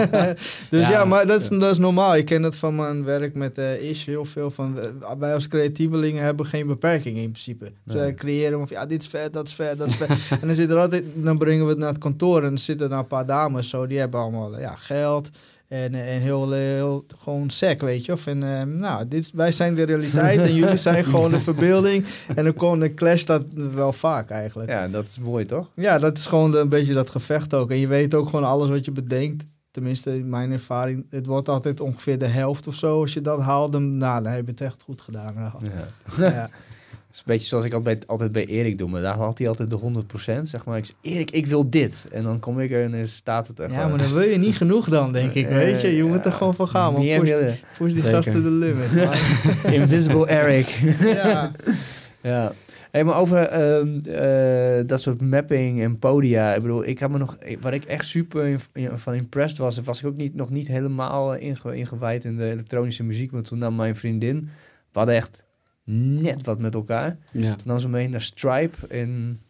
dus ja, ja, maar dat is, dat is normaal. Ik ken dat van mijn werk met uh, Ish heel veel. Van, uh, wij als creatievelingen hebben geen beperkingen in principe. Dus wij nee. creëren van, ja, dit is vet, dat is vet, dat is vet. En dan zit er altijd, dan brengen we het naar het kantoor. En er zitten daar een paar dames zo, die hebben allemaal ja, geld en, en heel, heel gewoon sec, weet je. Of en, uh, nou, dit, wij zijn de realiteit en jullie zijn gewoon de verbeelding. En dan kon de clash dat wel vaak eigenlijk. Ja, dat is mooi, toch? Ja, dat is gewoon de, een beetje dat gevecht ook. En je weet ook gewoon alles wat je bedenkt. Tenminste, in mijn ervaring, het wordt altijd ongeveer de helft of zo. Als je dat haalt, dan, nou, dan heb je het echt goed gedaan. Ja. ja. Het is een beetje zoals ik altijd bij, altijd bij Erik doe. Maar daar had hij altijd de honderd procent. Zeg maar, ik zeg, Erik, ik wil dit. En dan kom ik er en dan staat het er. Ja, gewoon. Maar dan wil je niet genoeg dan, denk ik. Weet je, je moet er gewoon van gaan. Man. Push, push die gasten to the limit. Invisible Eric. ja. ja. Hey, maar over uh, uh, dat soort mapping en podia. Ik bedoel, ik heb me nog... Waar ik echt super in, in, van impressed was... was ik ook niet, nog niet helemaal inge, ingewijd in de elektronische muziek. Maar toen nam mijn vriendin... We hadden echt... net wat met elkaar. Ja. Toen nam ze mee naar Stripe in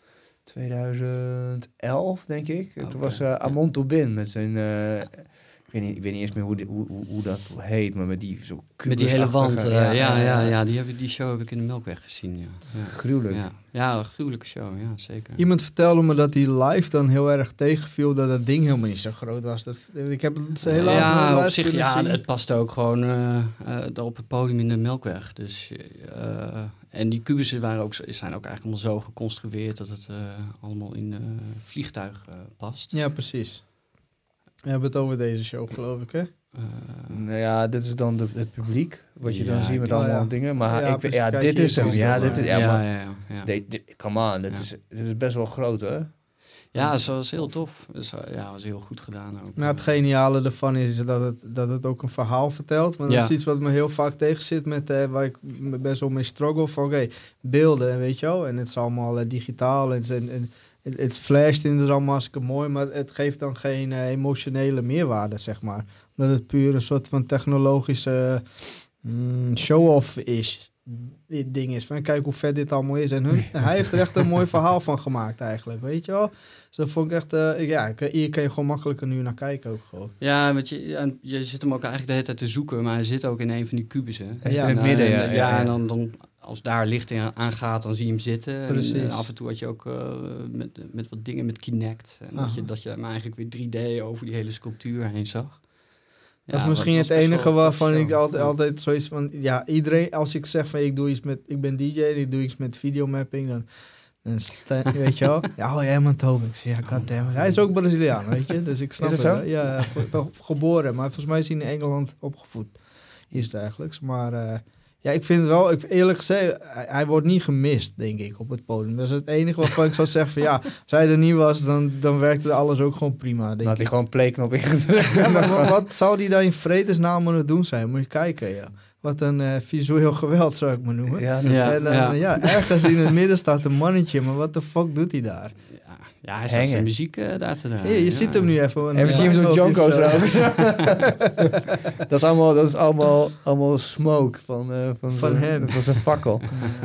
tweeduizend elf, denk ik. Okay. Toen was uh, Amon ja. Tobin met zijn... Uh, ik, weet niet, ik weet niet eens meer hoe, die, hoe, hoe, hoe dat heet, maar met die zo met die hele wand. Uh, ja, ja, ja, ja die, heb, die show heb ik in de Melkweg gezien. Ja. Ja. Gruwelijk. Ja. ja, een gruwelijke show, ja, zeker. Iemand vertelde me dat die live dan heel erg tegenviel, dat dat ding helemaal niet zo groot was. Dat, ik heb het heel lang ja, op zich, ja, zien. Het past ook gewoon uh, uh, op het podium in de Melkweg. Dus, uh, en die kubussen waren ook, zijn ook eigenlijk allemaal zo geconstrueerd dat het uh, allemaal in uh, vliegtuig uh, past. Ja, precies. We hebben het over deze show, geloof ik, hè? Uh, nou ja, dit is dan de, het publiek, wat je ja, dan ziet met allemaal ja. dingen. Maar ja, ik, ja, dit is hem. Ja, dit is, ja, ja, maar, ja, ja, ja. Dit, dit, come on, dit, ja. is, dit is best wel groot, hè? Ja, dat was heel tof. Dus, ja, was heel goed gedaan ook. Nou, het geniale ervan is dat het, dat het ook een verhaal vertelt. Want ja. dat is iets wat me heel vaak tegen zit, met, uh, waar ik best wel mee struggle. Van oké, okay, beelden, weet je wel. En het is allemaal uh, digitaal en... en, en Het, het flasht in, het is allemaal hartstikke mooi, maar het geeft dan geen uh, emotionele meerwaarde, zeg maar. Omdat het puur een soort van technologische mm, show-off is. Dit ding is van, kijk hoe vet dit allemaal is. En hun, hij heeft er echt een mooi verhaal van gemaakt eigenlijk, weet je wel. Dus dat vond ik echt, uh, ja, hier kan je gewoon makkelijker nu naar kijken ook gewoon. Ja, want je, ja, je zit hem ook eigenlijk de hele tijd te zoeken, maar hij zit ook in een van die kubussen. Hij zit in het midden, ja. En, ja, ja, en dan... dan als daar licht in aangaat, dan zie je hem zitten. Precies. En, uh, af en toe had je ook uh, met, met wat dingen met Kinect. En dat je, dat je hem eigenlijk weer drie D over die hele sculptuur heen zag. Ja, dat is misschien het enige waarvan ik altijd, altijd zoiets van... Ja, iedereen, als ik zeg van ik doe iets met... Ik ben D J en ik doe iets met videomapping, dan... dan sta, weet je wel? Ja, oh, jij man Tobix. Ja, goddammit. Hij is ook Braziliaan, weet je? Dus ik snap is het. het. Ja, wel geboren. Maar volgens mij is hij in Engeland opgevoed. Is het eigenlijk. Maar... Uh, ja, ik vind het wel, ik, eerlijk gezegd, hij, hij wordt niet gemist, denk ik, op het podium. Dat is het enige waarvan ik zou zeggen van ja, als hij er niet was, dan, dan werkte alles ook gewoon prima, denk dan had ik. hij gewoon playknop ingedrukt. Ja, maar wat, wat zou die daar in vredesnaam aan het doen zijn? Moet je kijken, ja. Wat een uh, visueel geweld, zou ik maar noemen. Ja, ja, en dan, ja. ja, ergens in het midden staat een mannetje, maar wat de fuck doet hij daar? Ja, ja hij staat zijn muziek uh, daar te draaien. Ja, je ja. ziet hem nu even. En we ja. zien hem zo'n Jonko's erover. dat is allemaal, dat is allemaal, allemaal smoke van, uh, van, van zijn, hem. Van zijn fakkel.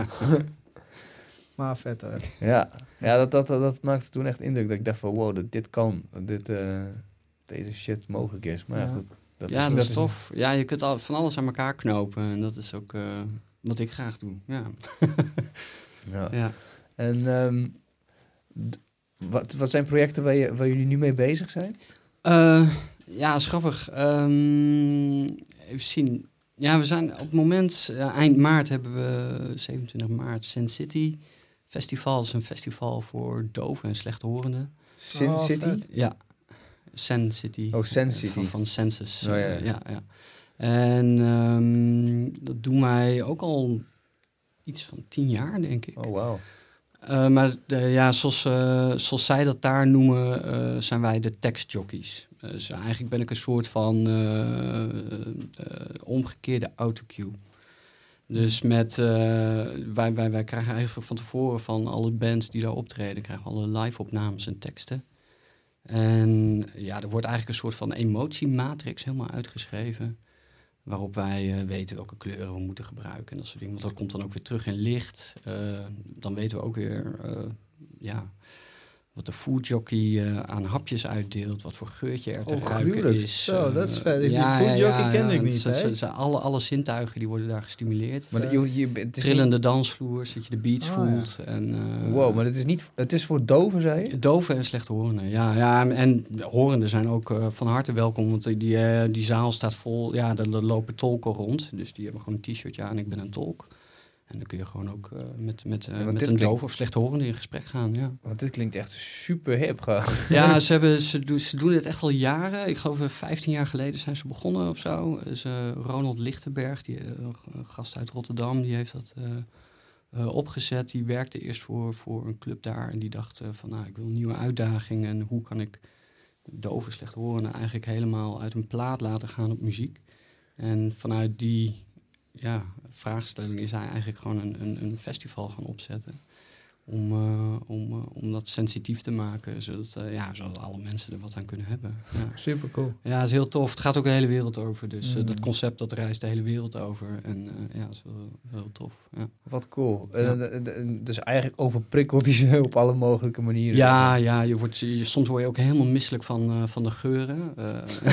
Maar vet hoor. Ja, ja dat, dat, dat, dat maakte toen echt indruk. Dat ik dacht van wow, dat dit kan. Dat dit, uh, deze shit mogelijk is. Maar ja, ja goed. Dat ja, is, dat, dat is tof. Ja, je kunt al, van alles aan elkaar knopen. En dat is ook uh, wat ik graag doe. Ja. ja. ja. En um, d- wat, wat zijn projecten waar, je, waar jullie nu mee bezig zijn? Uh, ja, grappig. Um, even zien. Ja, we zijn op het moment, uh, eind maart hebben we zevenentwintig maart Sin City Festival. Dat is een festival voor doven en slechthorenden. Sin oh, City? Vet. Ja, Sen City. Oh, Sen City. Van, van Census. Oh, ja, ja. Uh, ja, ja. En um, dat doen wij ook al iets van tien jaar, denk ik. Oh, wauw. Uh, maar de, ja, zoals, uh, zoals zij dat daar noemen, uh, zijn wij de tekstjockeys. Uh, dus eigenlijk ben ik een soort van uh, uh, omgekeerde autocue. Dus met, uh, wij, wij, wij krijgen eigenlijk van tevoren van alle bands die daar optreden, krijgen alle live-opnames en teksten. En ja, er wordt eigenlijk een soort van emotiematrix helemaal uitgeschreven. Waarop wij uh, weten welke kleuren we moeten gebruiken en dat soort dingen. Want dat komt dan ook weer terug in licht. Uh, dan weten we ook weer uh, ja, wat de foodjockey uh, aan hapjes uitdeelt. Wat voor geurtje er te oh, ruiken gruwelijk. is. Zo, uh, dat is vet. Die ja, foodjockey ja, kende ja, ik niet. Het, hè? het, het, alle, alle zintuigen die worden daar gestimuleerd. Maar uh, je, je, het is trillende niet... dansvloers, dat je de beats oh, voelt. Ja. En, uh, wow, maar het is, niet, het is voor doven, zei je? Doven en slechthorenden, ja. ja. En horenden zijn ook uh, van harte welkom, want die, uh, die zaal staat vol. Ja, er lopen tolken rond, dus die hebben gewoon een t-shirtje aan. Ik ben een tolk. En dan kun je gewoon ook uh, met, met, uh, ja, met een klinkt... doof of slechthorende in gesprek gaan, ja. Want dit klinkt echt super hip gewoon. Ja, ze, hebben, ze, doen, ze doen dit echt al jaren. Ik geloof vijftien jaar geleden zijn ze begonnen of zo. Dus, uh, Ronald Lichtenberg, die uh, gast uit Rotterdam, die heeft dat uh, uh, opgezet. Die werkte eerst voor, voor een club daar en die dacht uh, van, nou, ik wil een nieuwe uitdaging. En hoe kan ik dove slechthorenden eigenlijk helemaal uit een plaat laten gaan op muziek? En vanuit die ja, vraagstelling is hij eigenlijk gewoon een, een, een festival gaan opzetten. Om, uh, om, uh, om dat sensitief te maken, zodat, uh, ja, zodat alle mensen er wat aan kunnen hebben. Ja. Super cool. Ja, dat is heel tof. Het gaat ook de hele wereld over. Dus uh, Mm. dat concept dat reist de hele wereld over. En uh, ja, dat is wel, wel heel tof. Ja, Wat cool. Ja. Uh, d- d- dus eigenlijk overprikkelt hij ze op alle mogelijke manieren. ja, ja je wordt, je, soms word je ook helemaal misselijk van, uh, van de geuren. Uh,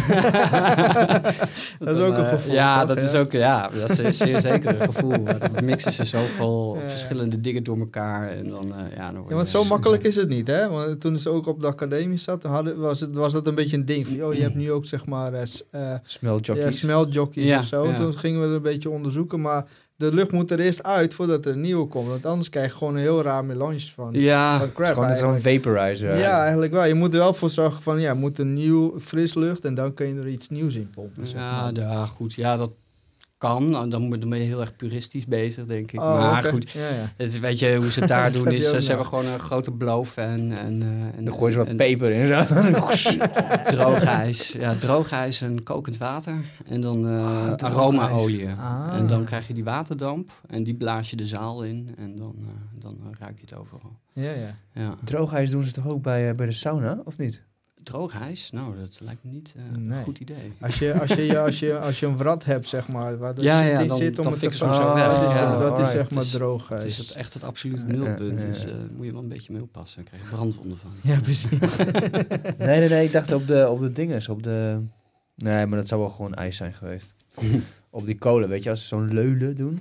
dat is ook een gevoel. Ja, toch? dat ja? is ook ja, dat is zeer, zeer zeker een gevoel. Dan mixen ze zoveel Ja. verschillende dingen door elkaar. En dan, uh, ja, dan word Ja, want je zo makkelijk is het niet, hè? Want toen ze ook op de academie zat, hadden, was, het, was dat een beetje een ding van, oh, je hebt nu ook zeg maar uh, Smeltjockeys. ja, smeltjockeys Ja, of zo. ja. En toen gingen we het een beetje onderzoeken, maar de lucht moet er eerst uit voordat er een nieuwe komt. Want anders krijg je gewoon een heel raar melange van, Ja, van Het crap is gewoon zo'n eigenlijk. vaporizer. Ja, eigenlijk wel. Je moet er wel voor zorgen van, ja, moet een nieuw, fris lucht en dan kun je er iets nieuws in pompen. Zeg ja, maar. ja, goed. Ja, dat kan. Nou, dan moet- dan ben je heel erg puristisch bezig, denk ik. Oh, maar oké. goed, Ja, ja. het is, weet je hoe ze het daar Dat doen? heb je Is, ook ze nog. hebben gewoon een grote blowfan. En, uh, en, Dan gooi je wat en peper in. Zo. droog ijs. Ja, droog ijs en kokend water. En dan uh, droog aromaolie. Ah. En dan krijg je die waterdamp. En die blaas je de zaal in. En dan, uh, dan uh, ruik je het overal. Ja, ja. Ja. Droogijs doen ze toch ook bij, uh, bij de sauna, of niet? Droog ijs? Nou, dat lijkt me niet uh, Nee. een goed idee. Als je, als, je, als, je, als je een wrat hebt, zeg maar, waar de Ja, zit, ja, die dan- zit om dan het te fixen we vangen, hem zo weg. dat is, Ja, dat is alright. zeg maar Het is- droog Het ijs. is het echt het absolute Ja, nulpunt. ja, ja. Dus daar moet je wel een beetje mee oppassen. Dan krijg je brandwonden van. Ja, precies. Nee, nee, nee. Ik dacht op de, op de dinges. Op de... Nee, maar dat zou wel gewoon ijs zijn geweest. Op die kolen, weet je, als ze zo'n leulen doen.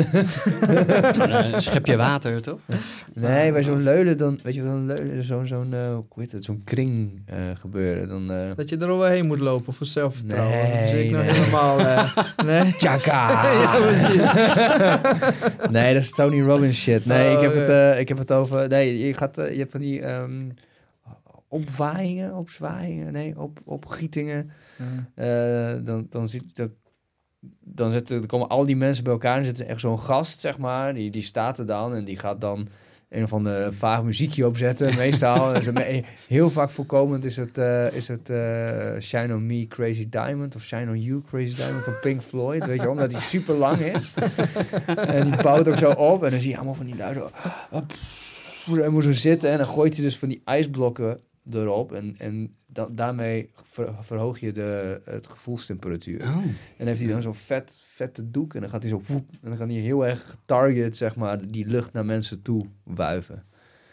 Uh, schep je water, toch? Nee, bij zo'n leulen dan, weet je, zo'n leulen, zo'n, zo'n, uh, hoe heet het, zo'n kring uh, gebeuren. Dan, uh... Dat je er overheen moet lopen voor zelfvertrouwen. Nee, Dan zit ik nou nee. helemaal... Uh, nee? Tjaka! Ja, precies. Nee, dat is Tony Robbins shit. Nee, Oh, ik, heb ja. het, uh, ik heb het over... Nee, je, gaat, uh, je hebt van die um, opwaaiingen, opzwaaiingen, nee, op, opgietingen. Uh, dan, dan, ziet, dan, dan, zitten, dan komen al die mensen bij elkaar en zit er echt zo'n gast, zeg maar. Die, die staat er dan en die gaat dan een of ander vaag muziekje opzetten, meestal. Dus me- heel vaak voorkomend is het, uh, is het uh, Shine On Me, Crazy Diamond, of Shine On You, Crazy Diamond van Pink Floyd, weet je wel, omdat die super lang is. En die bouwt ook zo op en dan zie je allemaal van die luiden... hij moet zo zitten en dan gooit hij dus van die ijsblokken erop. En, en da- daarmee ver, verhoog je de, het gevoelstemperatuur. Oh. En heeft hij dan zo'n vet, vette doek. En dan gaat hij zo... Woep, en dan gaat hij heel erg getarget, zeg maar, die lucht naar mensen toe wuiven.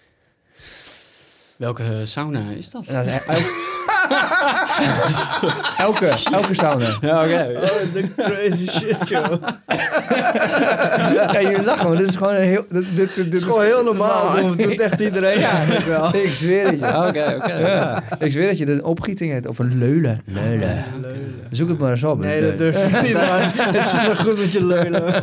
Welke sauna is dat? Ja, el- elke, elke sauna. Ja, oké. Oh, de crazy shit, joh. Ja, je lachen, maar dit is gewoon een heel... Dit, dit, dit, Het is gewoon heel normaal. Dat doet echt iedereen. Ja, wel. ik zweer het je. Oké, oké. Ja, ik zweer dat je een opgieting hebt. Of een leulen. Leulen. Leulen. Zoek het maar eens op. Nee, dat durf ik niet, man. Het is wel goed dat je leulen.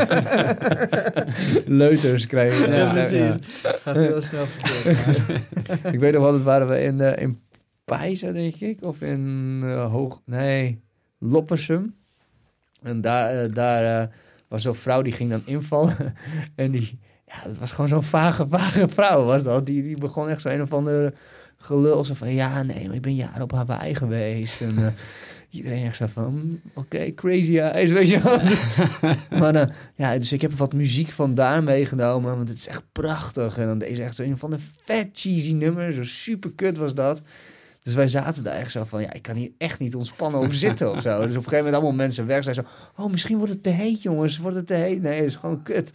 Leuters krijgen. Ja, Ja, precies. ja. Gaat heel snel verkeerd. Ik weet nog wel, dat waren we in, uh, in Pijzen, denk ik. Of in uh, Hoog... Nee, Loppersum. En daar, uh, daar uh, was zo'n vrouw die ging dan invallen. En die... Ja, dat was gewoon zo'n vage, vage vrouw was dat. Die, die begon echt zo een of andere gelul. Zo van, ja, nee, maar ik ben jaren op Hawaii geweest. En uh, iedereen echt zo van, mm, oké, okay, crazy eyes, weet je wel. Maar uh, ja, dus ik heb wat muziek van daar meegenomen. Want het is echt prachtig. En dan deze echt zo een van de vet cheesy nummers. Zo super kut was dat. Dus wij zaten daar echt zo van, ja, ik kan hier echt niet ontspannen op zitten of zo. Dus op een gegeven moment allemaal mensen weg. Zeiden zo, oh, misschien wordt het te heet, jongens. Wordt het te heet? Nee, het is gewoon kut.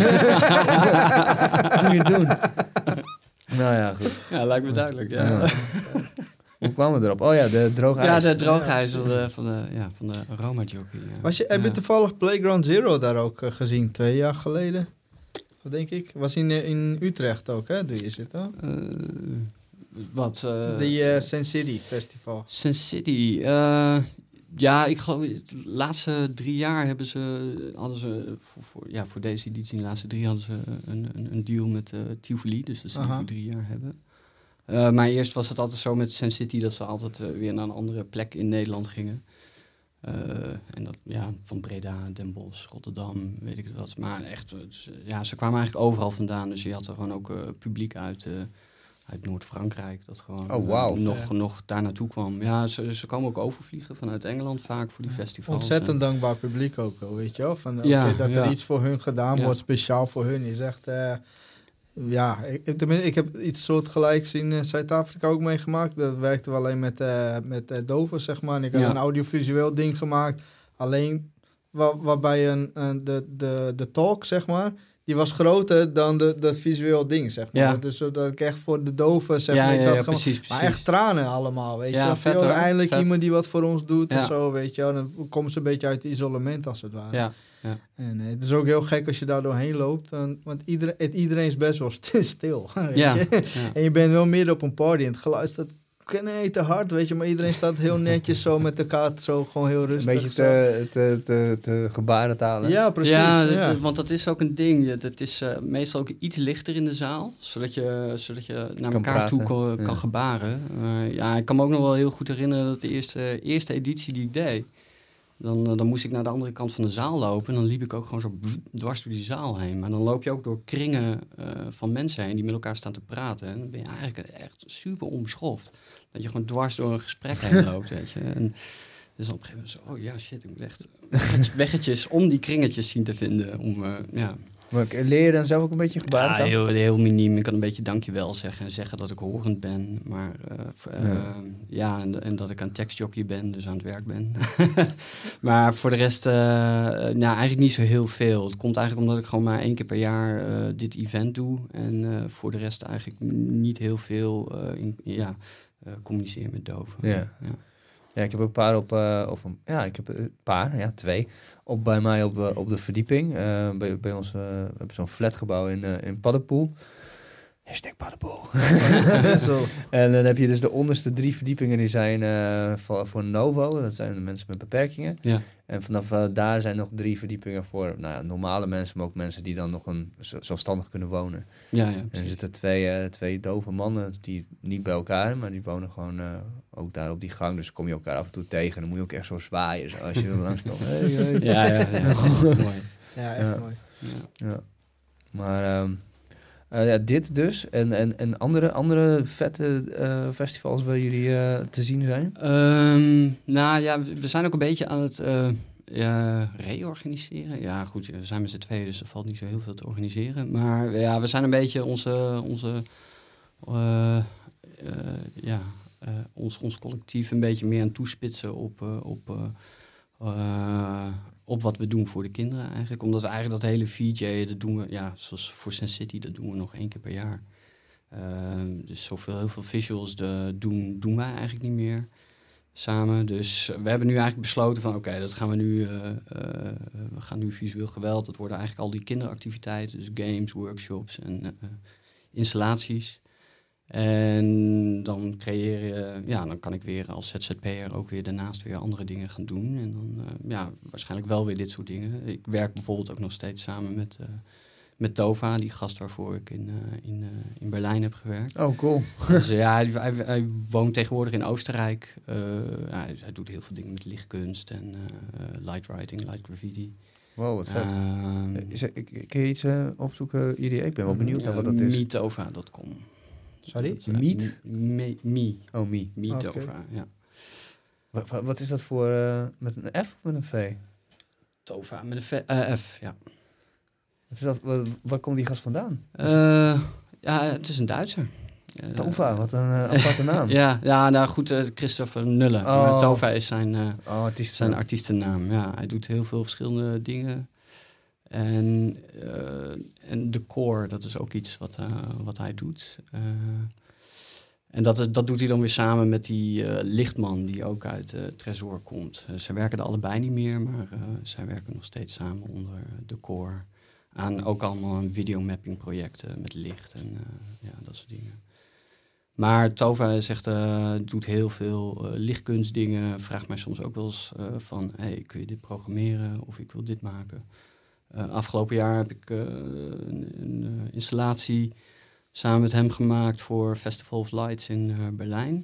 Wat moet je doen? Nou ja, goed. Ja, lijkt me duidelijk, ja. Ja. Hoe kwamen we erop? Oh ja, de droge Ja, ijs. de droogijs van de, van de, ja, van de aroma jockey. Ja. Was je, heb je Ja. toevallig Playground Zero daar ook uh, gezien? Twee jaar geleden? Wat denk ik? Was in, uh, in Utrecht ook, hè? Doe je zit dan? Uh, wat? Uh, De uh, Sin City Festival. Sin City. Uh, ja, ik geloof de laatste drie jaar hebben ze, hadden ze voor, voor, ja, voor deze editie, de laatste drie hadden ze een, een, een deal met uh, Tivoli, dus dat ze die Aha. voor drie jaar hebben. Uh, maar eerst was het altijd zo met Sin City dat ze altijd uh, weer naar een andere plek in Nederland gingen. Uh, en dat, ja, van Breda, Den Bosch, Rotterdam, weet ik wat. Maar echt, dus, ja, ze kwamen eigenlijk overal vandaan. Dus je had er gewoon ook uh, publiek uit, uh, uit Noord-Frankrijk dat gewoon Oh, wow. uh, nog, Ja. nog daar naartoe kwam. Ja, ze, ze komen ook overvliegen vanuit Engeland vaak voor die festivals. Ontzettend En, dankbaar publiek ook, weet je wel. Van, uh, Ja, okay, dat ja. er iets voor hun gedaan Ja. wordt, speciaal voor hun. Is echt... Uh, ja, ik, ik, tenminste, ik heb iets soortgelijks in uh, Zuid-Afrika ook meegemaakt. Dat werkte we alleen met, uh, met uh, doven, zeg maar. En ik had Ja. een audiovisueel ding gemaakt. Alleen waar, waarbij een, een, de, de, de talk, zeg maar, die was groter dan de, dat visueel ding, zeg maar. Ja. Dus zodat ik echt voor de doven, zeg ja, maar, iets ja, had ja, gemaakt. precies, precies. Maar echt tranen allemaal, weet Ja, je wel. vet, Van, joh, hoor. eindelijk Vet. iemand die wat voor ons doet en Ja. zo, weet je wel. Dan komen ze een beetje uit het isolement, als het ware. Ja, ja. En uh, het is ook heel gek als je daar doorheen loopt. Dan, want iedereen, het, iedereen is best wel st- stil. Weet Ja, je? ja. En je bent wel midden op een party. En het geluid staat nee, te hard, weet je. Maar iedereen staat heel netjes zo met elkaar. Zo gewoon heel Een rustig. beetje zo. te, te, te, te gebarentaal, hè? Ja, precies. Ja, Ja, dat- want dat is ook een ding. Het het is uh, meestal ook iets lichter in de zaal, zodat je, zodat je naar Kan elkaar toe praten. kan, kan Ja. gebaren. Uh, ja, ik kan me ook nog wel heel goed herinneren dat de eerste, eerste editie die ik deed, dan, uh, dan moest ik naar de andere kant van de zaal lopen en dan liep ik ook gewoon zo bzz, dwars door die zaal heen. Maar dan loop je ook door kringen uh, van mensen heen die met elkaar staan te praten. En dan ben je eigenlijk echt super onbeschoft. Dat je gewoon dwars door een gesprek heen loopt, weet je. En dus op een gegeven moment zo, oh ja, shit, ik moet echt weggetjes, weggetjes om die kringetjes zien te vinden. Om, uh, ja. Maar leer je dan zelf ook een beetje Ja, gebarentaal? heel, heel miniem. Ik kan een beetje dankjewel zeggen en zeggen dat ik horend ben. Maar uh, voor, uh, Ja. ja, en, en dat ik aan tekstjockey ben, dus aan het werk ben. Maar voor de rest, uh, nou, eigenlijk niet zo heel veel. Het komt eigenlijk omdat ik gewoon maar één keer per jaar uh, dit event doe. En uh, voor de rest eigenlijk niet heel veel uh, in, ja, uh, communiceer met doven. Ja. Ja. Ja, ik heb ook een paar op, uh, of een, ja, ik heb een paar, ja, twee, op bij mij op, uh, op de verdieping. Uh, bij, bij ons, uh, we hebben zo'n flatgebouw in, uh, in Paddepoel. Hashtag Paddepoel. Zo. En dan heb je dus de onderste drie verdiepingen, die zijn uh, voor, voor Novo, dat zijn de mensen met beperkingen. Ja. En vanaf uh, daar zijn nog drie verdiepingen voor nou ja, normale mensen, maar ook mensen die dan nog een, z- zelfstandig kunnen wonen. Ja, ja, En er precies. zitten twee, uh, twee dove mannen, die niet bij elkaar, maar die wonen gewoon uh, ook daar op die gang. Dus kom je elkaar af en toe tegen en dan moet je ook echt zo zwaaien zo, als je er langs komt. Hey, hey. Ja, ja, ja. Mooi. Ja, echt Ja. mooi. Ja. Ja. Maar um, uh, ja, dit dus en, en, en andere, andere vette uh, festivals waar jullie uh, te zien zijn? Um, nou ja, we we zijn ook een beetje aan het... Uh, ja, reorganiseren. Ja, goed, we zijn met z'n tweeën, dus er valt niet zo heel veel te organiseren. Maar ja, we zijn een beetje onze, onze uh, uh, ja, uh, ons, ons collectief een beetje meer aan toespitsen op, uh, op, uh, uh, op wat we doen voor de kinderen eigenlijk. Omdat we eigenlijk dat hele V J, dat doen we, ja, zoals voor Sense City, dat doen we nog één keer per jaar. Uh, dus zoveel, heel veel visuals de, doen, doen wij eigenlijk niet meer samen. Dus we hebben nu eigenlijk besloten van oké, okay, dat gaan we nu, uh, uh, we gaan nu visueel geweld. Dat worden eigenlijk al die kinderactiviteiten, dus games, workshops en uh, installaties. En dan creëer je, ja, dan kan ik weer als Z Z P'er ook weer daarnaast weer andere dingen gaan doen. En dan, uh, ja, waarschijnlijk wel weer dit soort dingen. Ik werk bijvoorbeeld ook nog steeds samen met, uh, met Tova, die gast waarvoor ik in, uh, in, uh, in Berlijn heb gewerkt. Oh, cool. Dus uh, ja, hij, hij, hij woont tegenwoordig in Oostenrijk. Uh, hij, hij doet heel veel dingen met lichtkunst en uh, light writing, light graffiti. Wow, wat vet. Uh, is er, kun je iets uh, opzoeken, I D? Ik ben wel benieuwd naar wat dat is. Meetova dot com. Sorry? Uh, Meet? Me, me. Oh, me. Meetova, Okay. ja. Wat, wat is dat voor, uh, met een F of met een V? Tova, met een v, uh, F, ja. Wat is dat, waar, waar komt die gast vandaan? Uh, ja, het is een Duitser. Uh, Tova, wat een uh, aparte naam. ja, ja, nou goed, uh, Christopher Nulle. Oh. Tova is zijn, uh, oh, artiest zijn artiestennaam. Ja, hij doet heel veel verschillende dingen. En, uh, en de core, dat is ook iets wat, uh, wat hij doet. Uh, en dat, dat doet hij dan weer samen met die uh, lichtman die ook uit uh, Tresor komt. Uh, zij werken er allebei niet meer, maar uh, zij werken nog steeds samen onder de core. Aan ook allemaal een videomapping projecten met licht en uh, ja, dat soort dingen. Maar Tova zegt, uh, doet heel veel uh, lichtkunstdingen. Vraagt mij soms ook wel eens uh, van, hey, kun je dit programmeren of ik wil dit maken. Uh, afgelopen jaar heb ik uh, een, een uh, installatie samen met hem gemaakt voor Festival of Lights in uh, Berlijn.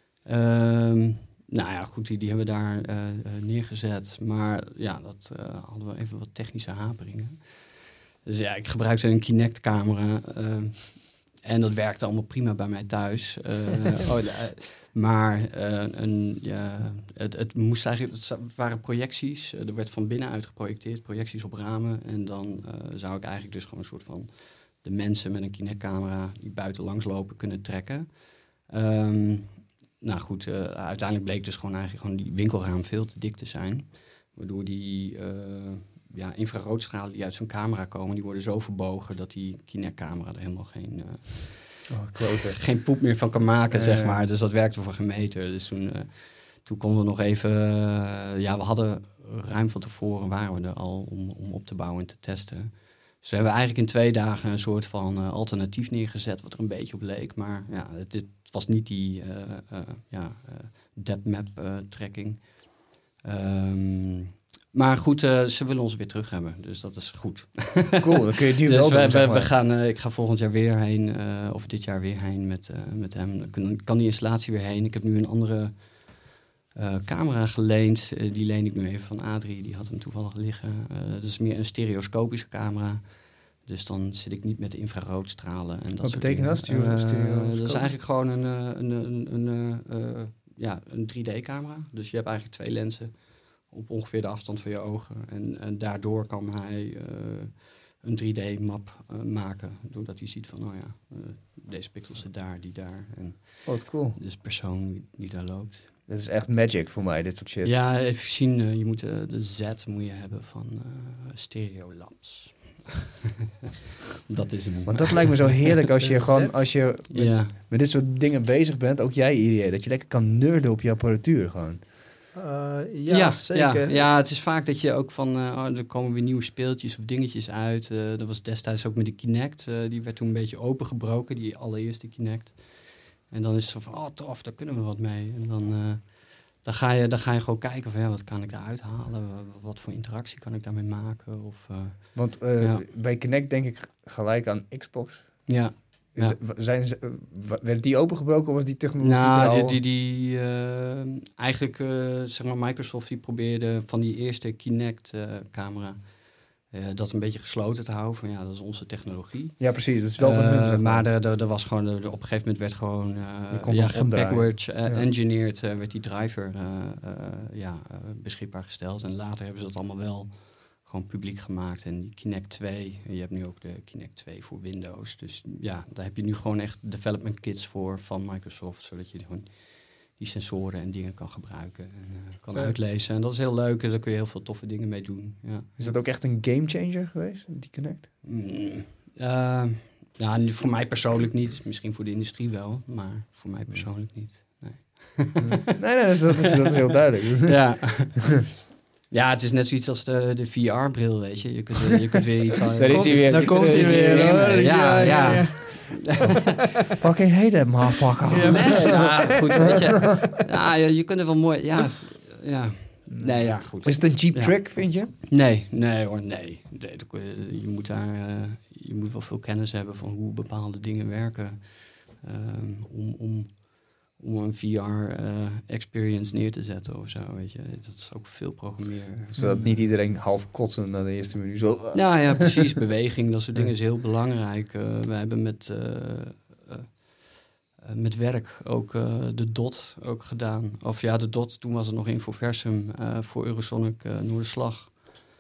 Um, nou ja, goed, die, die hebben we daar uh, uh, neergezet. Maar ja, dat uh, hadden we even wat technische haperingen. Dus ja, ik gebruikte een Kinect-camera. Uh, en dat werkte allemaal prima bij mij thuis. Uh, oh, uh, maar uh, een, ja, het, het moest eigenlijk, het waren projecties. Uh, er werd van binnenuit geprojecteerd, projecties op ramen. En dan uh, zou ik eigenlijk dus gewoon een soort van de mensen met een Kinect-camera die buiten langs lopen kunnen trekken. Um, nou goed, uh, uiteindelijk bleek dus gewoon eigenlijk gewoon die winkelraam veel te dik te zijn. Waardoor die uh, ja, infraroodstralen die uit zo'n camera komen, die worden zo verbogen dat die Kinect-camera er helemaal geen, uh, oh, geen poep meer van kan maken, uh, zeg maar. Dus dat werkte voor geen meter. Dus toen, uh, toen konden we nog even... Uh, ja, we hadden ruim van tevoren waren we er al om, om op te bouwen en te testen. Dus we hebben eigenlijk in twee dagen een soort van uh, alternatief neergezet, wat er een beetje op leek. Maar ja, het, het was niet die uh, uh, ja, uh, depth map uh, tracking. Um, maar goed, uh, ze willen ons weer terug hebben, dus dat is goed. Cool, dan kun je die dus wel we, doen, zeg maar. we gaan, uh, ik ga volgend jaar weer heen, uh, of dit jaar weer heen met, uh, met hem. Dan kan, kan die installatie weer heen. Ik heb nu een andere uh, camera geleend. Uh, die leen ik nu even van Adrie, die had hem toevallig liggen. Uh, dat is meer een stereoscopische camera. Dus dan zit ik niet met infraroodstralen en dat Wat soort betekent dat? dingen. Uh, Stereoscoop? dat is eigenlijk gewoon een, een, een, een, een, uh, ja, een drie D-camera. Dus je hebt eigenlijk twee lenzen op ongeveer de afstand van je ogen. En, en daardoor kan hij uh, een drie D-map uh, maken. Doordat hij ziet van, oh ja, uh, deze pixel zit daar, die daar. En oh, cool. dus persoon die, die daar loopt. Dat is echt magic voor mij, dit soort shit. Ja, even zien. Uh, je moet uh, de Z moet je hebben van uh, Stereolabs. Dat is hem. Want dat lijkt me zo heerlijk als je gewoon, Z? als je met, Ja. met dit soort dingen bezig bent, ook jij idee, dat je lekker kan nerden op je apparatuur gewoon. Uh, ja, ja, zeker. Ja, ja, het is vaak dat je ook van, uh, oh, er komen weer nieuwe speeltjes of dingetjes uit. Uh, dat was destijds ook met de Kinect. Uh, die werd toen een beetje opengebroken, die allereerste Kinect. En dan is het zo van, oh tof, daar kunnen we wat mee. En dan, uh, dan, ga je, dan ga je gewoon kijken van, ja, wat kan ik daaruit halen? Wat voor interactie kan ik daarmee maken? Of, uh, Want uh, ja. bij Kinect denk ik gelijk aan Xbox. Ja. Is, Ja. zijn ze, uh, werd die opengebroken of was die technologie Nou, er die, al? die, die uh, eigenlijk, uh, zeg maar, Microsoft die probeerde van die eerste Kinect-camera, uh, dat een beetje gesloten te houden. Van ja, dat is onze technologie. Ja, precies. Dat is wel van hun. Uh, zeg maar er, er, er was gewoon, er, op een gegeven moment werd gewoon uh, ja, gebackwards uh, ja. engineered, uh, werd die driver uh, uh, ja, uh, beschikbaar gesteld. En later hebben ze dat allemaal wel gewoon publiek gemaakt. En die Kinect twee, en je hebt nu ook de Kinect twee voor Windows. Dus ja, daar heb je nu gewoon echt development kits voor van Microsoft, zodat je gewoon die sensoren en dingen kan gebruiken en uh, kan ja. uitlezen. En dat is heel leuk, daar kun je heel veel toffe dingen mee doen. Ja. Is dat ook echt een gamechanger geweest, die Kinect? Mm, uh, ja, nu, voor mij persoonlijk niet. Misschien voor de industrie wel, maar voor mij persoonlijk niet. Nee, nee, nee dat, is, dat, is, dat is heel duidelijk. Ja. Ja, het is net zoiets als de, de V R-bril, weet je. Je kunt, je kunt weer iets... Daar is hij weer. Daar komt hij weer, weer hoor. Ja, ja. ja. ja. Fucking hate that motherfucker. Ja, nee, ja, goed, weet je. Ja, je kunt er wel mooi... Ja, ja. Nee, ja, goed. Is het een cheap ja. trick, vind je? Nee, nee hoor, nee. nee je, moet daar, uh, je moet wel veel kennis hebben van hoe bepaalde dingen werken. Um, om, om, om een V R-experience uh, neer te zetten of zo, weet je. Dat is ook veel programmeren. Zodat niet iedereen half kotsend na de eerste minuut zo... Uh. Nou ja, precies. Beweging, dat soort dingen is heel belangrijk. Uh, we hebben met... Uh, uh, Uh, met werk ook uh, de D O T ook gedaan. Of ja, de D O T, toen was het nog Infoversum uh, voor Eurosonic uh, Noorderslag.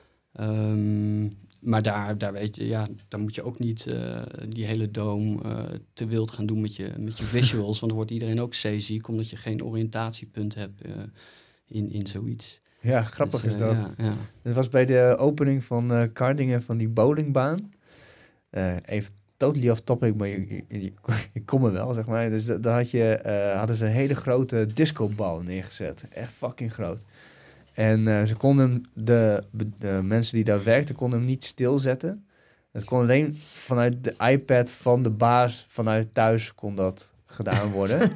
Um, maar daar, daar weet je, ja, daar moet je ook niet uh, die hele dome uh, te wild gaan doen met je, met je visuals. Want dan wordt iedereen ook zeeziek, omdat je geen oriëntatiepunt hebt uh, in, in zoiets. Ja, grappig dus, uh, is dat. Ja, ja. Dat was bij de opening van uh, Kardingen van die bowlingbaan. Uh, even totally off topic, maar je, je, je, je kon er wel, zeg maar. Dus da, daar had je, uh, hadden ze een hele grote discobal neergezet. Echt fucking groot. En uh, ze konden de, de mensen die daar werkten, konden hem niet stilzetten. Het kon alleen vanuit de iPad van de baas, vanuit thuis kon dat gedaan worden.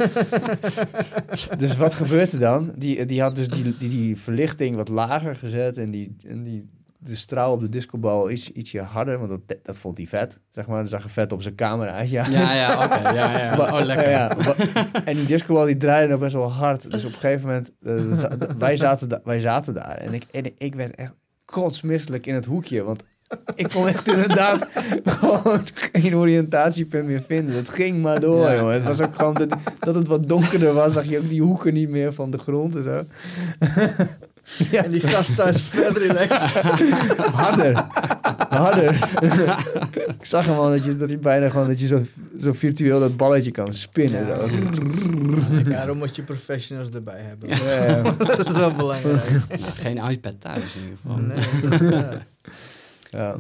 Dus wat gebeurt er dan? Die, die had dus die, die, die verlichting wat lager gezet en die... En die de straal op de discobal is ietsje harder, want dat, dat vond hij vet. Zeg maar, dan zag je vet op zijn camera uit. Ja, ja, ja oké. Okay, ja, ja. Maar, oh, lekker. Ja, maar, en die discobal die draaide nog best wel hard. Dus op een gegeven moment, uh, za- wij, zaten da- wij zaten daar. En ik, en ik werd echt kotsmisselijk in het hoekje. Want ik kon echt inderdaad gewoon geen oriëntatiepunt meer vinden. Het ging maar door, ja, joh. Het was ook gewoon dat, dat het wat donkerder was. Zag je ook die hoeken niet meer van de grond en zo. Ja. En die gast thuis verder relaxed. Harder. Harder. Ik zag hem al dat je, dat je bijna gewoon dat je zo, zo virtueel dat balletje kan spinnen. Ja. Zo. Daarom moet je professionals erbij hebben. Ja, ja. Dat is wel belangrijk. Nou, geen iPad thuis in ieder geval. Nee. Ja. Ja.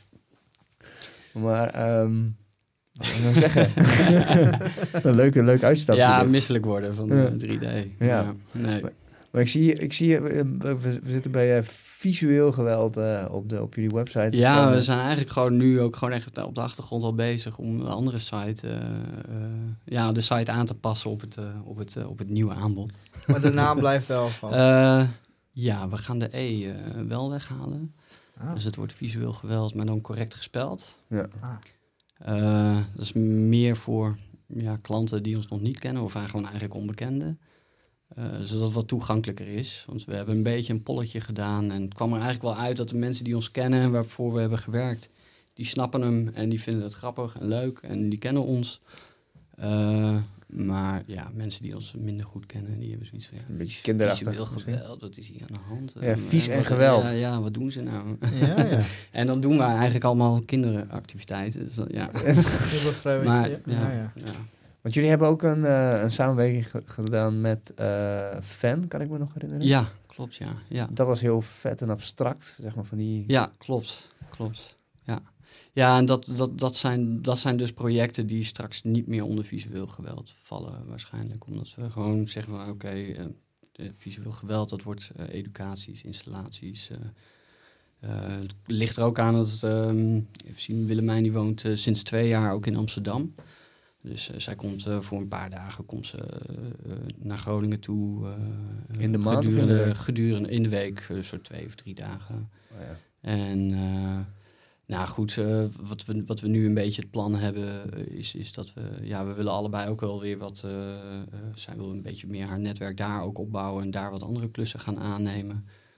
Maar, um, wat wil ik nou zeggen? Een leuke, leuk uitstapje. Ja, dit. misselijk worden van Ja. drie D. Ja. Ja. Nee. Maar, maar ik zie, ik zie we, we zitten bij uh, visueel geweld uh, op, de, op jullie website. Dus Ja, dan, we zijn eigenlijk gewoon nu ook gewoon echt op de achtergrond al bezig om een andere site, uh, uh, ja, de site aan te passen op het, uh, op het, uh, op het nieuwe aanbod. Maar de naam blijft wel van. Uh, ja, we gaan de E uh, wel weghalen. Ah. Dus het wordt visueel geweld, maar dan correct gespeld. Ja. Ah. Uh, dat is meer voor ja, klanten die ons nog niet kennen of gewoon eigenlijk onbekenden. Uh, zodat het wat toegankelijker is. Want we hebben een beetje een polletje gedaan. En het kwam er eigenlijk wel uit dat de mensen die ons kennen, waarvoor we hebben gewerkt, die snappen hem en die vinden het grappig en leuk. En die kennen ons. Uh, maar ja, mensen die ons minder goed kennen, die hebben zoiets van... Ja, een beetje kinderachtig. Visueel geweld, wat is hier aan de hand? Ja, vies uh, en wat, geweld. Ja, ja, wat doen ze nou? Ja, ja. En dan doen we eigenlijk allemaal kinderactiviteiten. Dus dat, ja. Heel begrijpelijk. Maar, Ja, ja, ja. ja. Want jullie hebben ook een, uh, een samenwerking ge- gedaan met uh, Fan, kan ik me nog herinneren? Ja, klopt, ja. ja. Dat was heel vet en abstract, zeg maar, van die... Ja, klopt. Klopt. Ja, ja en dat, dat, dat, zijn, dat zijn dus projecten die straks niet meer onder visueel geweld vallen waarschijnlijk. Omdat we gewoon zeggen, oké, okay, uh, visueel geweld, dat wordt uh, educaties, installaties. Uh, uh, het ligt er ook aan dat, um, even zien, Willemijn die woont uh, sinds twee jaar ook in Amsterdam. Dus uh, zij komt uh, voor een paar dagen komt ze, uh, naar Groningen toe. Uh, in de maand gedurende, of in de... gedurende in de week, uh, soort twee of drie dagen. Oh, ja. En uh, nou goed, uh, wat, we, wat we nu een beetje het plan hebben is, is dat we, ja, we willen allebei ook wel weer wat, uh, uh, zij wil een beetje meer haar netwerk daar ook opbouwen en daar wat andere klussen gaan aannemen.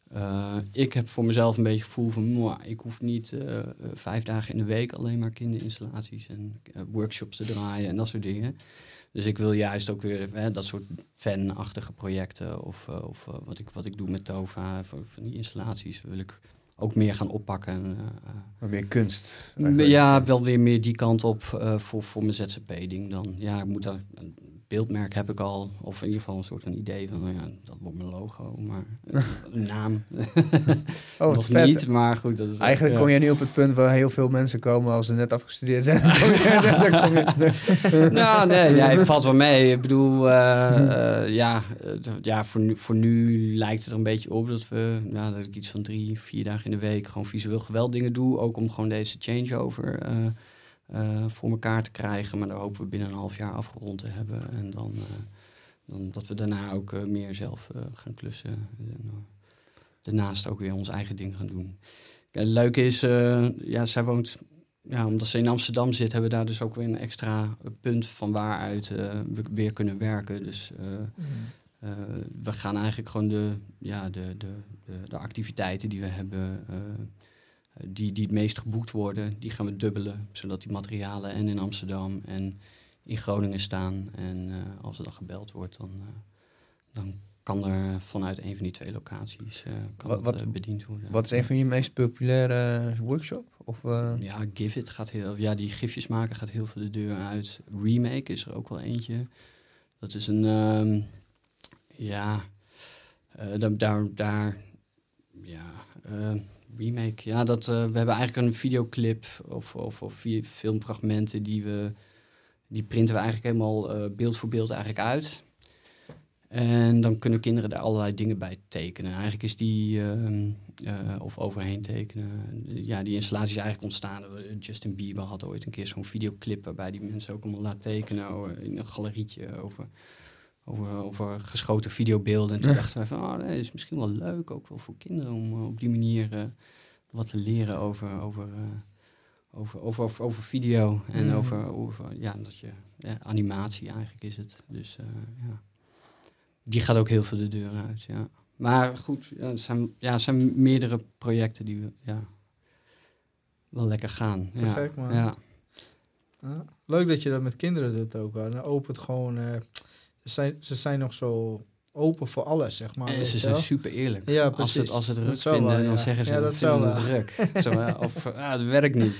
Uh, ik heb voor mezelf een beetje het gevoel van... Mwah, ik hoef niet uh, uh, vijf dagen in de week alleen maar kinderinstallaties... en uh, workshops te draaien en dat soort dingen. Dus ik wil juist ook weer hè, dat soort fan-achtige projecten... of, uh, of uh, wat, ik, wat ik doe met Tova, van die installaties... wil ik ook meer gaan oppakken. En, uh, maar meer kunst. Eigenlijk. Ja, wel weer meer die kant op uh, voor, voor mijn Z Z P-ding dan. Ja, ik moet daar... beeldmerk heb ik al, of in ieder geval een soort van idee van, nou ja, dat wordt mijn logo, maar uh, een naam. Oh, nog vet. niet, maar goed. Dat is eigenlijk ook, kom ja. je nu op het punt waar heel veel mensen komen als ze net afgestudeerd zijn. Dan kom je, dan kom je, nou, nee, ja, het valt wel mee. Ik bedoel, uh, uh, ja, uh, ja voor, nu, voor nu lijkt het er een beetje op dat we, nou, dat ik iets van drie, vier dagen in de week gewoon visueel geweld dingen doe, ook om gewoon deze changeover uh, Uh, voor elkaar te krijgen, maar daar hopen we binnen een half jaar afgerond te hebben. En dan, uh, dan dat we daarna ook uh, meer zelf uh, gaan klussen. En, uh, daarnaast ook weer ons eigen ding gaan doen. Ja, het leuke is, uh, ja, zij woont, ja, omdat ze in Amsterdam zit, hebben we daar dus ook weer een extra punt van waaruit uh, we weer kunnen werken. Dus uh, mm. uh, we gaan eigenlijk gewoon de, ja, de, de, de, de activiteiten die we hebben... Uh, Die, die het meest geboekt worden, die gaan we dubbelen. Zodat die materialen en in Amsterdam en in Groningen staan. En uh, als er dan gebeld wordt, dan, uh, dan kan er vanuit een van die twee locaties uh, kan wat, wat, uh, bediend worden. Wat is een van je meest populaire workshop? Of, uh... Ja, Give It gaat heel... Ja, die gifjes maken gaat heel veel de deur uit. Remake is er ook wel eentje. Dat is een... Um, ja... Uh, daar... daar, daar ja... Uh, Remake, ja, dat, uh, we hebben eigenlijk een videoclip of, of, of vier filmfragmenten die we, die printen we eigenlijk helemaal uh, beeld voor beeld eigenlijk uit. En dan kunnen kinderen daar allerlei dingen bij tekenen. Eigenlijk is die, uh, uh, of overheen tekenen, ja, die installatie is eigenlijk ontstaan. Justin Bieber had ooit een keer zo'n videoclip waarbij die mensen ook allemaal laat tekenen in een galerietje over... Over, over geschoten videobeelden. En toen dachten wij van, oh, nee, dat is misschien wel leuk, ook wel voor kinderen, om uh, op die manier uh, wat te leren over, over, uh, over, over, over, over video. En mm. over, over, ja, dat je, ja, animatie eigenlijk is het. Dus uh, ja, die gaat ook heel veel de deur uit, ja. Maar goed, ja, het zijn, ja, het zijn meerdere projecten die we, ja, wel lekker gaan. Te ja. gek, man. Ja. Ja. Leuk dat je dat met kinderen doet ook. Dan opent gewoon... Uh, Ze zijn, ze zijn nog zo open voor alles, zeg maar. En ze zijn super eerlijk. Ja, als ze het, als ze het ruk vinden, vinden, wel, ja. dan zeggen ze ja, dat dat vinden het ruk. Zo, of, ah, dat werkt niet.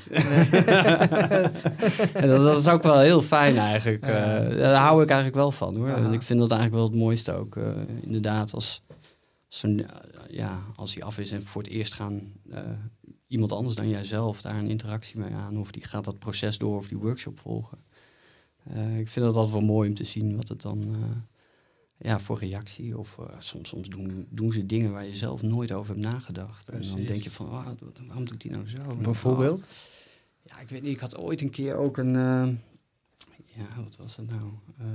En dat, dat is ook wel heel fijn eigenlijk. Ja, uh, daar hou ik eigenlijk wel van, hoor. Ja. En ik vind dat eigenlijk wel het mooiste ook. Uh, inderdaad, als, als, een, uh, ja, als die af is en voor het eerst gaan... Uh, iemand anders dan jijzelf daar een interactie mee aan... of die gaat dat proces door of die workshop volgen. Uh, ik vind het altijd wel mooi om te zien wat het dan uh, ja, voor reactie... of uh, soms, soms doen, doen ze dingen waar je zelf nooit over hebt nagedacht. Precies. En dan denk je van, oh, waarom doet hij nou zo? Bijvoorbeeld? Oh, ja, ik weet niet. Ik had ooit een keer ook een... Uh, ja, wat was dat nou? Uh,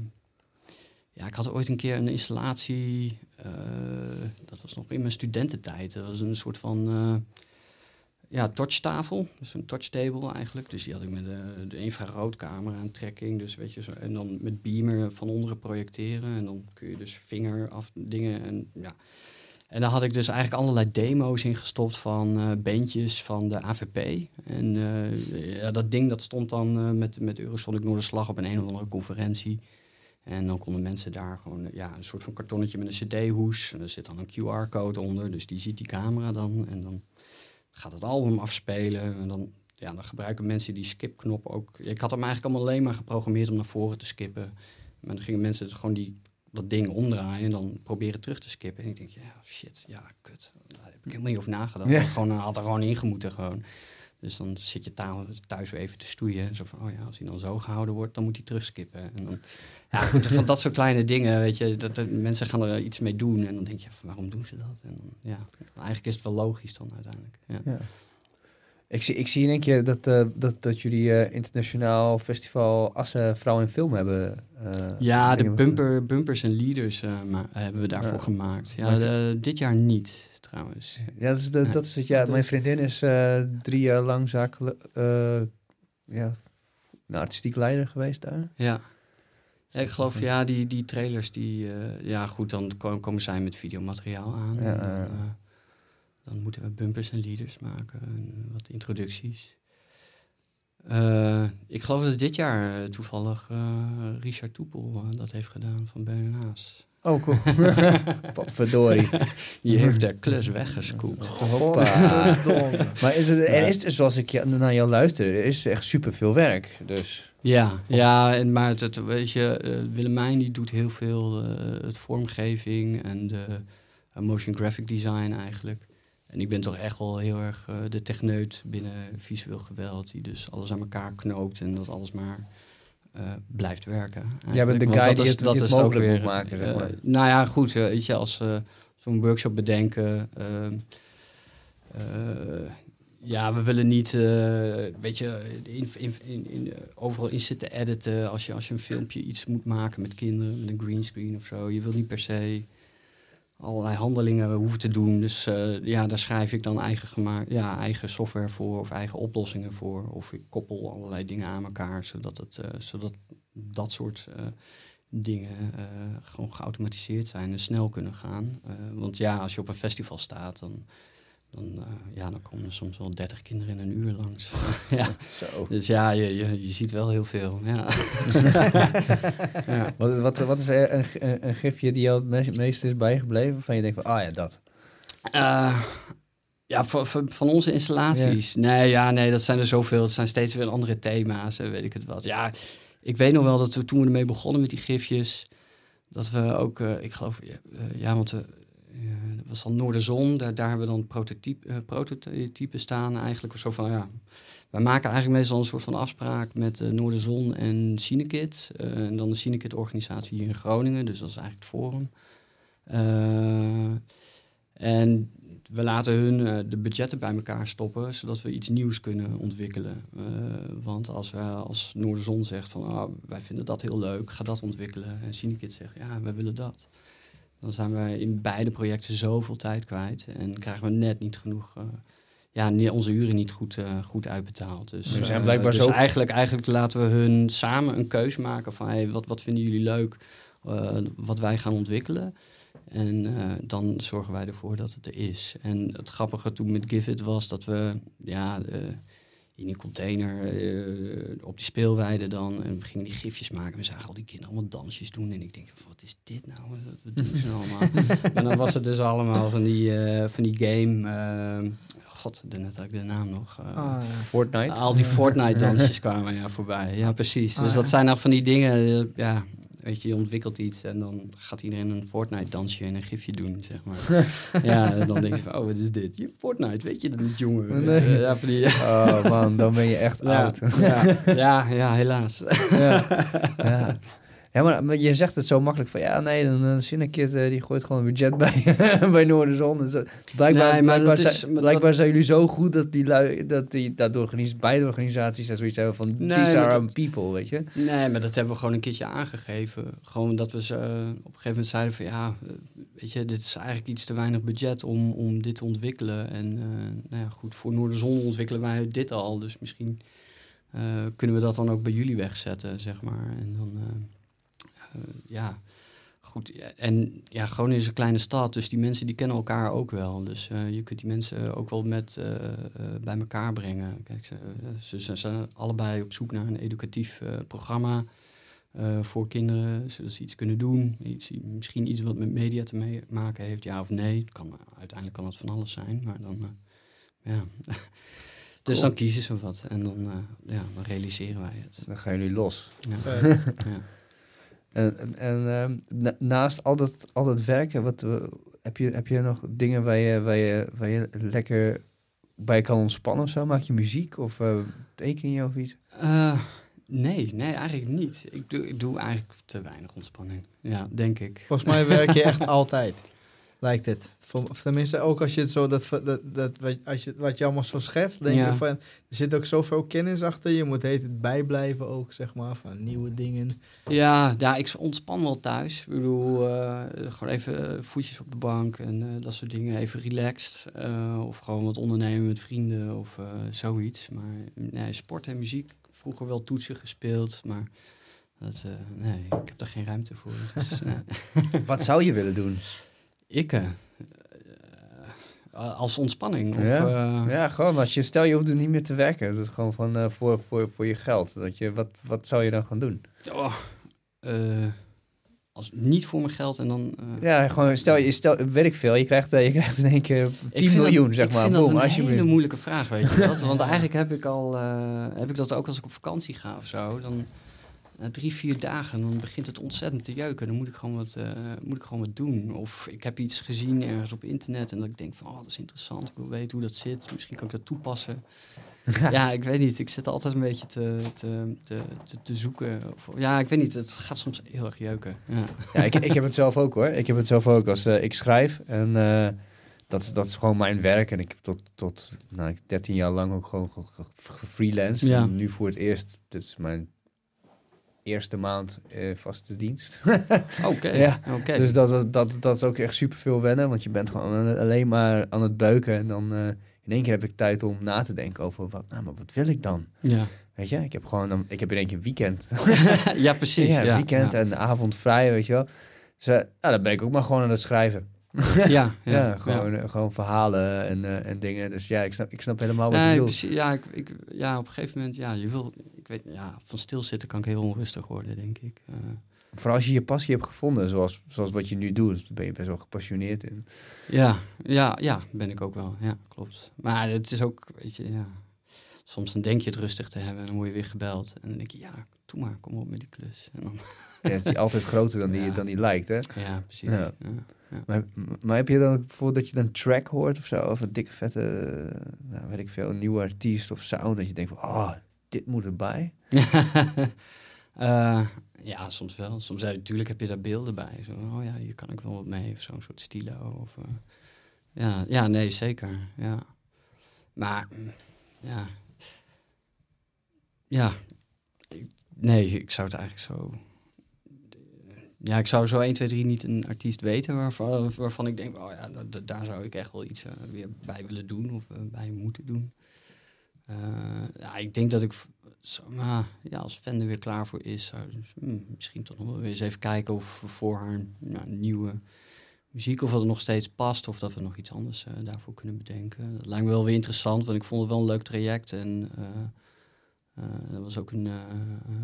ja, ik had ooit een keer een installatie... Uh, dat was nog in mijn studententijd. Dat was een soort van... Uh, Ja, torchtafel, dus een torchtable eigenlijk. Dus die had ik met de, de infraroodcamera en trekking. Dus weet je, zo, en dan met beamer van onderen projecteren. En dan kun je dus vinger af dingen. En, ja. en daar had ik dus eigenlijk allerlei demo's in gestopt van uh, bandjes van de A V P. En uh, ja, dat ding dat stond dan uh, met, met Eurosonic Noorderslag op een een of andere conferentie. En dan konden mensen daar gewoon ja, een soort van kartonnetje met een cd-hoes. En er zit dan een Q R-code onder, dus die ziet die camera dan. En dan gaat het album afspelen en dan, ja, dan gebruiken mensen die skipknop ook. Ik had hem eigenlijk allemaal alleen maar geprogrammeerd om naar voren te skippen. Maar dan gingen mensen gewoon die, dat ding omdraaien en dan proberen terug te skippen. En ik denk, ja, shit, ja, kut. Daar heb ik helemaal niet over nagedacht. Ja. Gewoon, had er gewoon ingemoeten gewoon. Dus dan zit je thuis weer even te stoeien. Zo van, oh ja, als hij dan zo gehouden wordt, dan moet hij terugskippen. En dan, ja, goed, van dat soort kleine dingen, weet je. Dat, dat, mensen gaan er iets mee doen. En dan denk je, waarom doen ze dat? En dan, ja, eigenlijk is het wel logisch dan uiteindelijk. Ja. Ja. Ik zie, ik zie in één keer dat, uh, dat, dat jullie uh, internationaal festival Assen Vrouwen in Film hebben. Uh, ja, de bumper, bumpers en leaders uh, ma- hebben we daarvoor ja. gemaakt. Ja, de, dit jaar niet. Trouwens. Ja, dat is, de, ja. dat is het. Ja, mijn vriendin is uh, drie jaar lang zakelijk, uh, ja, nou, artistiek leider geweest daar. Ja, ja ik geloof, ja, die, die trailers, die, uh, ja, goed, dan komen zij met videomateriaal aan. Ja, en, uh, dan moeten we bumpers en leaders maken. En wat introducties. Uh, ik geloof dat dit jaar uh, toevallig uh, Richard Toepel uh, dat heeft gedaan van Beunaas. Oh, cool. Wat verdorie. Die heeft de klus weggescoopt. Hoppa. Maar is het, er is dus, zoals ik naar jou luister, er is echt superveel werk. Dus. Ja, ja en, maar het, het, weet je, uh, Willemijn die doet heel veel uh, het vormgeving en de uh, motion graphic design eigenlijk. En ik ben toch echt wel heel erg uh, de techneut binnen visueel geweld, die dus alles aan elkaar knoopt en dat alles maar uh, blijft werken. Jij bent de guy die het, dat die het mogelijk moet maken. Zeg maar. uh, nou ja, goed, uh, weet je, als we uh, zo'n workshop bedenken, uh, uh, ja, we willen niet, uh, weet je, in, in, in, in, uh, overal in zitten editen als je, als je een filmpje iets moet maken met kinderen, met een greenscreen of zo. Je wil niet per se allerlei handelingen hoeven te doen. Dus uh, ja, daar schrijf ik dan eigen, gemaakt, ja, eigen software voor of eigen oplossingen voor. Of ik koppel allerlei dingen aan elkaar, zodat, het, uh, zodat dat soort uh, dingen uh, gewoon geautomatiseerd zijn en snel kunnen gaan. Uh, want ja, als je op een festival staat, dan, dan, uh, ja, dan komen er soms wel dertig kinderen in een uur langs. Ja. Zo. Dus ja, je, je, je ziet wel heel veel. Ja. Ja. Wat, wat, wat is een, een, een gifje die jou het meest is bijgebleven? Van je denkt van, ah ja, dat. Uh, ja, van, van onze installaties. Ja. Nee, ja, nee, dat zijn er zoveel. Het zijn steeds weer andere thema's, weet ik het wat. Ja, ik weet nog wel dat we toen we ermee begonnen met die gifjes, dat we ook, uh, ik geloof, uh, ja, want we, uh, dat was dan Noorderzon, daar, daar hebben we dan prototype, uh, prototypen staan eigenlijk. Of zo van, ja, wij maken eigenlijk meestal een soort van afspraak met uh, Noorderzon en Cinekit. Uh, en dan de Cinekit-organisatie hier in Groningen, dus dat is eigenlijk het forum. Uh, en we laten hun uh, de budgetten bij elkaar stoppen, zodat we iets nieuws kunnen ontwikkelen. Uh, want als, we, als Noorderzon zegt van, oh, wij vinden dat heel leuk, ga dat ontwikkelen. En Cinekit zegt, ja, wij willen dat. Dan zijn wij in beide projecten zoveel tijd kwijt en krijgen we net niet genoeg, uh, ja, onze uren niet goed, uh, goed uitbetaald. Dus, we zijn blijkbaar uh, dus zo... eigenlijk, eigenlijk laten we hun samen een keus maken van, hey, wat, wat vinden jullie leuk, uh, wat wij gaan ontwikkelen. En uh, dan zorgen wij ervoor dat het er is. En het grappige toen met Give It was dat we ja, uh, in die container uh, op die speelweide dan, en we gingen die gifjes maken. We zagen al die kinderen allemaal dansjes doen. En ik denk, wat is dit nou? Wat doen ze allemaal? En dan was het dus allemaal van die, uh, van die game. Uh, God, net had ik de naam nog. Uh, ah, ja. Fortnite? Al die Fortnite-dansjes kwamen ja, voorbij. Ja, precies. Dus ah, dat ja. zijn nou van die dingen, uh, ja... Weet je, je ontwikkelt iets en dan gaat iedereen een Fortnite-dansje en een gifje doen, zeg maar. Ja, dan denk je van, oh, wat is dit? Je Fortnite, weet je dat niet, jongen? Nee. Uh, ja, die, oh man, dan ben je echt ja, oud. Ja, ja, ja, helaas. Ja, ja. Ja, maar, maar je zegt het zo makkelijk van, ja, nee, dan uh, Cinekit uh, die gooit gewoon een budget bij, bij Noorderzon. Dus, uh, blijkbaar nee, blijkbaar, is, zijn, blijkbaar dat... zijn jullie zo goed dat die lui, dat die, dat de organisatie, beide organisaties dat zoiets hebben van, nee, these are dat, people, weet je? Nee, maar dat hebben we gewoon een keertje aangegeven. Gewoon dat we ze uh, op een gegeven moment zeiden van, ja, uh, weet je, dit is eigenlijk iets te weinig budget om, om dit te ontwikkelen. En uh, nou ja, goed, voor Noorderzon ontwikkelen wij dit al, dus misschien uh, kunnen we dat dan ook bij jullie wegzetten, zeg maar. En dan... Uh, Uh, ja, goed. En ja, Groningen is een kleine stad, dus die mensen die kennen elkaar ook wel. Dus uh, je kunt die mensen ook wel met uh, uh, bij elkaar brengen. Kijk, ze, ze, ze zijn allebei op zoek naar een educatief uh, programma uh, voor kinderen, zodat ze iets kunnen doen. Iets, misschien iets wat met media te me- maken heeft, ja of nee. Het kan, uiteindelijk kan het van alles zijn, maar dan, uh, ja... Dus cool. Dan kiezen ze wat en dan, uh, ja, dan realiseren wij het. Dan gaan jullie los. Ja. Uh. ja. En, en uh, na, naast al dat, al dat werken, wat, uh, heb, je, heb je nog dingen waar je, waar, je, waar je lekker bij kan ontspannen of zo? Maak je muziek of uh, teken je of iets? Uh, nee, nee, eigenlijk niet. Ik doe, ik doe eigenlijk te weinig ontspanning. Ja, denk ik. Volgens mij werk je echt altijd, lijkt het. Of tenminste, ook als je het zo, dat, dat, dat, als je, wat je allemaal zo schetst, denk ja. je van, er zit ook zoveel kennis achter. Je moet het bijblijven ook, zeg maar, van nieuwe dingen. Ja, ja, ik ontspan wel thuis. Ik bedoel, uh, gewoon even voetjes op de bank en uh, dat soort dingen. Even relaxed. Uh, of gewoon wat ondernemen met vrienden of uh, zoiets. Maar nee, sport en muziek. Vroeger wel toetsen gespeeld, maar dat, uh, nee, ik heb daar geen ruimte voor. Dus, nee. Wat zou je willen doen? Ik, uh, Uh, als ontspanning. Of, Ja. uh, ja, gewoon als je... Stel, je hoeft er niet meer te werken. Dat is gewoon van, uh, voor, voor, voor je geld. Dat je, wat, wat zou je dan gaan doen? Oh, uh, als niet voor mijn geld en dan... Uh, ja, gewoon stel, je stel, weet ik veel. Je krijgt, uh, je krijgt in één keer tien miljoen, dat, zeg ik maar. Ik vind Boom, dat een alsjeblieft. hele moeilijke vraag, weet je dat? Want eigenlijk heb ik al... Uh, heb ik dat ook als ik op vakantie ga of zo. Dan uh, drie, vier dagen, dan begint het ontzettend te jeuken. Dan moet ik, gewoon wat, uh, moet ik gewoon wat doen. Of ik heb iets gezien ergens op internet en dat ik denk van... Oh, dat is interessant. Ik wil weten hoe dat zit. Misschien kan ik dat toepassen. Ja, ik weet niet. Ik zit altijd een beetje te, te, te, te, te zoeken. Of, ja, ik weet niet. Het gaat soms heel erg jeuken. Ja, ja ik, ik heb het zelf ook hoor. Ik heb het zelf ook als uh, ik schrijf. En uh, dat, dat is gewoon mijn werk. En ik heb tot, tot nou, dertien jaar lang ook gewoon gefreelanced. Ja. En nu voor het eerst, dit is mijn eerste maand uh, vaste dienst. Oké. Okay, ja. okay. Dus dat, dat, dat is ook echt super veel wennen. Want je bent gewoon alleen maar aan het beuken. En dan... Uh, in één keer heb ik tijd om na te denken over wat, nou, maar wat wil ik dan? Ja. Weet je, ik heb gewoon, een, ik heb in één keer weekend. ja, precies. Ja, ja, weekend ja. en de avond vrij, weet je wel. Dus uh, nou, dan ben ik ook maar gewoon aan het schrijven. ja, ja, ja, gewoon, ja. Uh, gewoon verhalen en, uh, en dingen. Dus ja, ik snap, ik snap helemaal wat nee, je bedoelt. Precies, ja, ik, ik, ja, op een gegeven moment, ja, je wil, ik weet, ja, van stilzitten kan ik heel onrustig worden, denk ik. Uh, Vooral als je je passie hebt gevonden, zoals, zoals wat je nu doet, dan ben je best wel gepassioneerd in. Ja, ja, ja, ben ik ook wel. Ja, klopt. Maar het is ook, weet je, ja. Soms dan denk je het rustig te hebben en dan word je weer gebeld. En dan denk je, ja, doe maar, kom op met die klus. En dan... Ja, is die altijd groter dan die, ja. dan die lijkt, hè? Ja, precies. Ja. Ja, ja. Maar, maar heb je dan bijvoorbeeld dat je dan track hoort of zo? Of een dikke vette, nou weet ik veel, een nieuwe artiest of sound. Dat je denkt van, oh, dit moet erbij. uh, ja, soms wel. Soms ja, natuurlijk heb je daar beelden bij. Zo, oh ja, hier kan ik wel wat mee. Of zo'n soort stilo. Of, uh, ja, ja, nee, zeker. Ja. Maar, ja. Ja. Ik, nee, ik zou het eigenlijk zo... Ja, ik zou zo één, twee, drie niet een artiest weten waarvan, waarvan ik denk, oh ja, d- daar zou ik echt wel iets uh, weer bij willen doen of uh, bij moeten doen. Uh, ja, ik denk dat ik zo, maar, ja, als fan er weer klaar voor is, zou dus, hmm, misschien toch nog wel weer eens even kijken of voor haar nou, nieuwe muziek, of dat het nog steeds past of dat we nog iets anders uh, daarvoor kunnen bedenken. Dat lijkt me wel weer interessant, want ik vond het wel een leuk traject en uh, uh, dat was ook een... Uh, uh,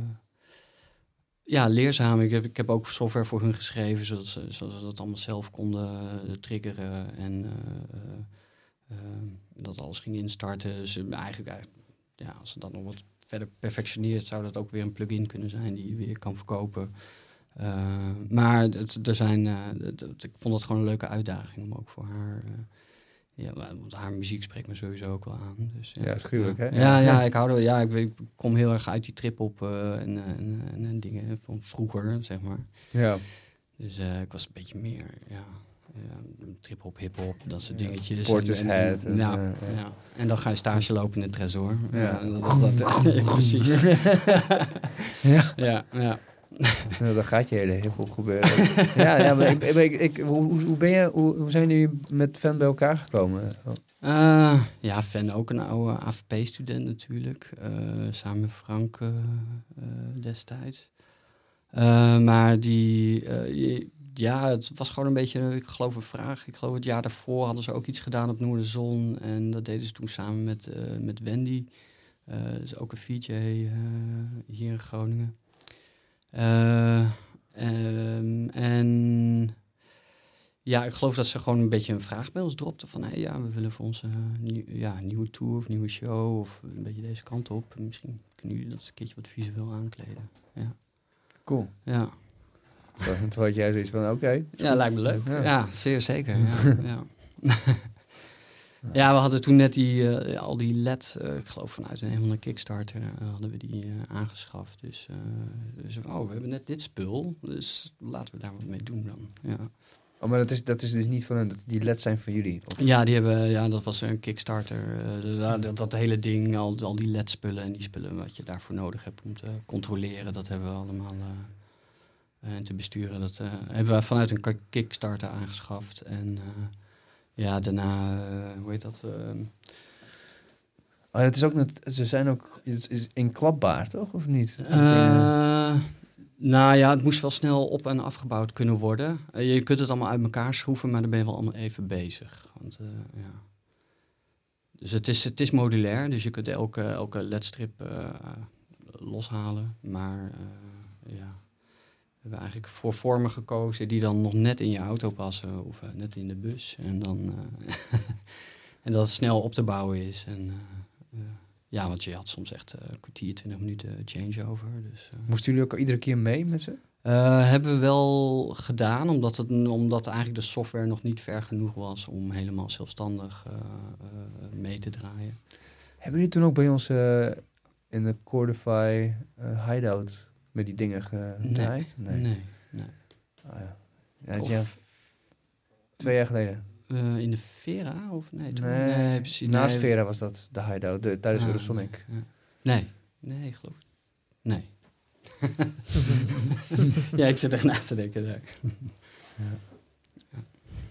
Ja, leerzaam. Ik heb, ik heb ook software voor hun geschreven, zodat ze, zodat ze dat allemaal zelf konden uh, triggeren en uh, uh, uh, dat alles ging instarten. Dus uh, eigenlijk, uh, ja, als ze dat nog wat verder perfectioneert, zou dat ook weer een plugin kunnen zijn die je weer kan verkopen. Uh, maar het, er zijn, uh, het, het, ik vond het gewoon een leuke uitdaging om ook voor haar... Uh, Ja, want haar muziek spreekt me sowieso ook wel aan. Dus, ja, ja, is gruwelijk, ja. hè? Ja, ja, ja, ik hou er, ja, ik, ik kom heel erg uit die trip-hop uh, en, en, en, en dingen van vroeger, zeg maar. Ja. Dus uh, ik was een beetje meer, ja, ja trip-hop, hip-hop, dat soort dingetjes. Portishead. En, en, ja, uh, ja. ja, en dan ga je stage lopen in het Tresor. Ja. Ja, dat, dat, dat, ja, precies. ja. Ja, ja. Nou, dan gaat je hele hip-hop gebeuren. ja, ja, maar ik, ik, ik, hoe, hoe, ben je, hoe, hoe zijn jullie met Fan bij elkaar gekomen? Uh, ja, Fan ook een oude A V P-student natuurlijk. Uh, samen met Frank uh, uh, destijds. Uh, maar die, uh, je, ja, het was gewoon een beetje, ik geloof een vraag. Ik geloof het jaar daarvoor hadden ze ook iets gedaan op Noorderzon. En dat deden ze toen samen met, uh, met Wendy. Uh, dat is ook een V J uh, hier in Groningen. Uh, um, en ja, ik geloof dat ze gewoon een beetje een vraag bij ons dropten van, hé, hey, ja, we willen voor onze uh, nieuw, ja, nieuwe tour of nieuwe show of een beetje deze kant op. Misschien kunnen jullie dat een keertje wat visueel aankleden. Ja. Cool. Ja. Toen had jij zoiets van, oké. Okay. Ja, lijkt me leuk. Ja, ja zeer zeker. Ja, ja. Ja, we hadden toen net die, uh, al die L E D, uh, ik geloof vanuit een van de Kickstarter, uh, hadden we die uh, aangeschaft. Dus, uh, dus, oh, we hebben net dit spul, dus laten we daar wat mee doen dan. Ja, oh, maar dat is, dat is dus niet van hun, die L E D's zijn van jullie? Of? Ja, die hebben, ja, dat was een Kickstarter. Uh, dat, dat, dat hele ding, al, al die L E D-spullen en die spullen wat je daarvoor nodig hebt om te controleren, dat hebben we allemaal uh, uh, te besturen. Dat uh, hebben we vanuit een Kickstarter aangeschaft en... Uh, Ja, daarna, uh, hoe heet dat? Uh... Oh, het is ook net, ze zijn ook, het is inklapbaar, toch? Of niet? Uh, Nou ja, het moest wel snel op- en afgebouwd kunnen worden. Uh, je kunt het allemaal uit elkaar schroeven, maar dan ben je wel allemaal even bezig. Want, uh, ja. Dus het is, het is modulair, dus je kunt elke, elke ledstrip uh, loshalen. Maar uh, ja, we hebben eigenlijk voor vormen gekozen die dan nog net in je auto passen of uh, net in de bus. En, dan, uh, en dat het snel op te bouwen is. En, uh, uh, ja, want je had soms echt uh, een kwartier, twintig minuten changeover. Dus, uh, Moesten jullie ook iedere keer mee met ze? Uh, hebben we wel gedaan, omdat, het, omdat eigenlijk de software nog niet ver genoeg was om helemaal zelfstandig uh, uh, mee te draaien. Hebben jullie toen ook bij ons uh, in de Cordify uh, hideout met die dingen gedraaid? Nee, nee. nee, nee. Oh, ja. Ja, Of, ja, twee jaar geleden. Uh, in de Vera? Of nee, toen, nee, nee precies. Naast nee. Vera was dat de hideout, de, tijdens ah, Eurosonic. Nee, nee, nee, ik geloof Nee. Ja, ik zit echt na te denken daar. Ja. Ja.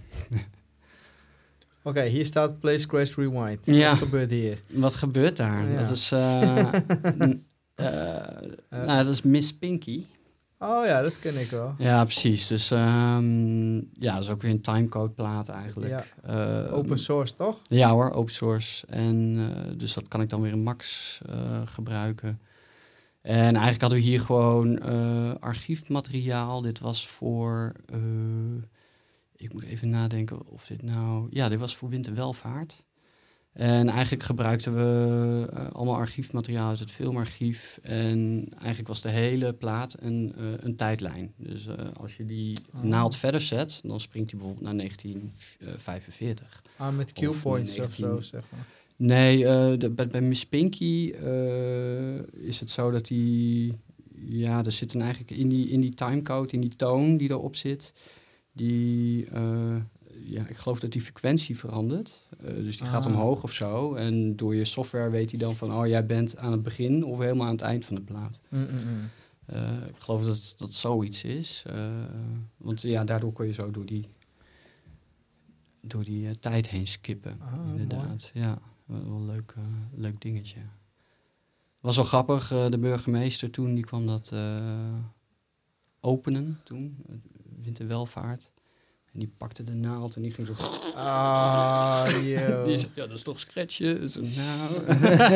Oké, okay, hier staat Play Scratch Rewind. Ja. Wat gebeurt hier? Wat gebeurt daar? Ja. Dat is... Uh, n- uh, uh, nou, dat is Miss Pinky. Oh ja, dat ken ik wel. Ja, precies. Dus um, ja, dat is ook weer een timecode plaat eigenlijk. Ja. Uh, open source, toch? Ja hoor, open source. En uh, dus dat kan ik dan weer in Max uh, gebruiken. En eigenlijk hadden we hier gewoon uh, archiefmateriaal. Dit was voor... Uh, ik moet even nadenken of dit nou... Ja, dit was voor Winterwelvaart. En eigenlijk gebruikten we uh, allemaal archiefmateriaal uit het filmarchief. En eigenlijk was de hele plaat een, uh, een tijdlijn. Dus uh, als je die oh. naald verder zet, dan springt hij bijvoorbeeld naar negentien vijfenveertig. Ah, met Q-points of, negentien... of zo, zeg maar. Nee, uh, de, bij, bij Miss Pinky uh, is het zo dat die... Ja, er zit een eigenlijk in die, in die timecode, in die toon die erop zit... Die... Uh, Ja, ik geloof dat die frequentie verandert. Uh, dus die ah. gaat omhoog of zo. En door je software weet hij dan van... oh, jij bent aan het begin of helemaal aan het eind van de plaat. Mm-mm. Uh, ik geloof dat dat zoiets is. Uh, want ja, daardoor kon je zo door die, door die uh, tijd heen skippen. Ah, inderdaad. Mooi. Ja, wel een leuk, uh, leuk dingetje. Was wel grappig. Uh, de burgemeester toen, die kwam dat uh, openen toen. Winterwelvaart. En die pakte de naald en die ging zo... Ah, joh. Die zei, ja, dat is toch scratchen? Zo, nou...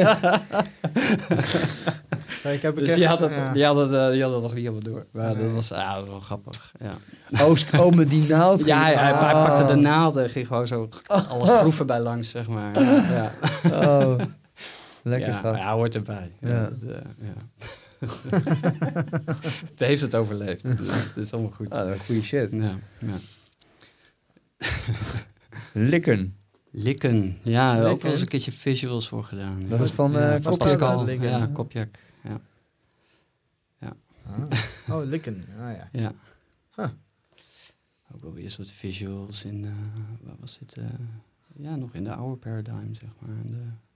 Zo, ik heb dus echt, die, had het, ja. die, had het, uh, die had het nog niet helemaal door. Maar nee. dat was, ja, dat was wel grappig. Ja. Oh, oh, met die naald? Ja, hij, ah. hij pakte de naald en ging gewoon zo alle groeven bij langs, zeg maar. Ja. Oh, lekker ja, gast. ja, hoort erbij. Ja. Ja, dat, uh, ja. Het heeft het overleefd. Dus het is allemaal goed. Ah, goede shit. Ja, ja. Likken. Likken. Ja, Likken. ook wel eens een keertje visuals voor gedaan. Dat is van, uh, ja, van Pascal. Likken. Ja, Kopjak. Ja. Ja. Ah. Oh, Likken. Ah ja. Ja. Huh. Ook wel weer een soort visuals in, uh, waar was dit? Uh, ja, nog in de oude Paradigm, zeg maar. De...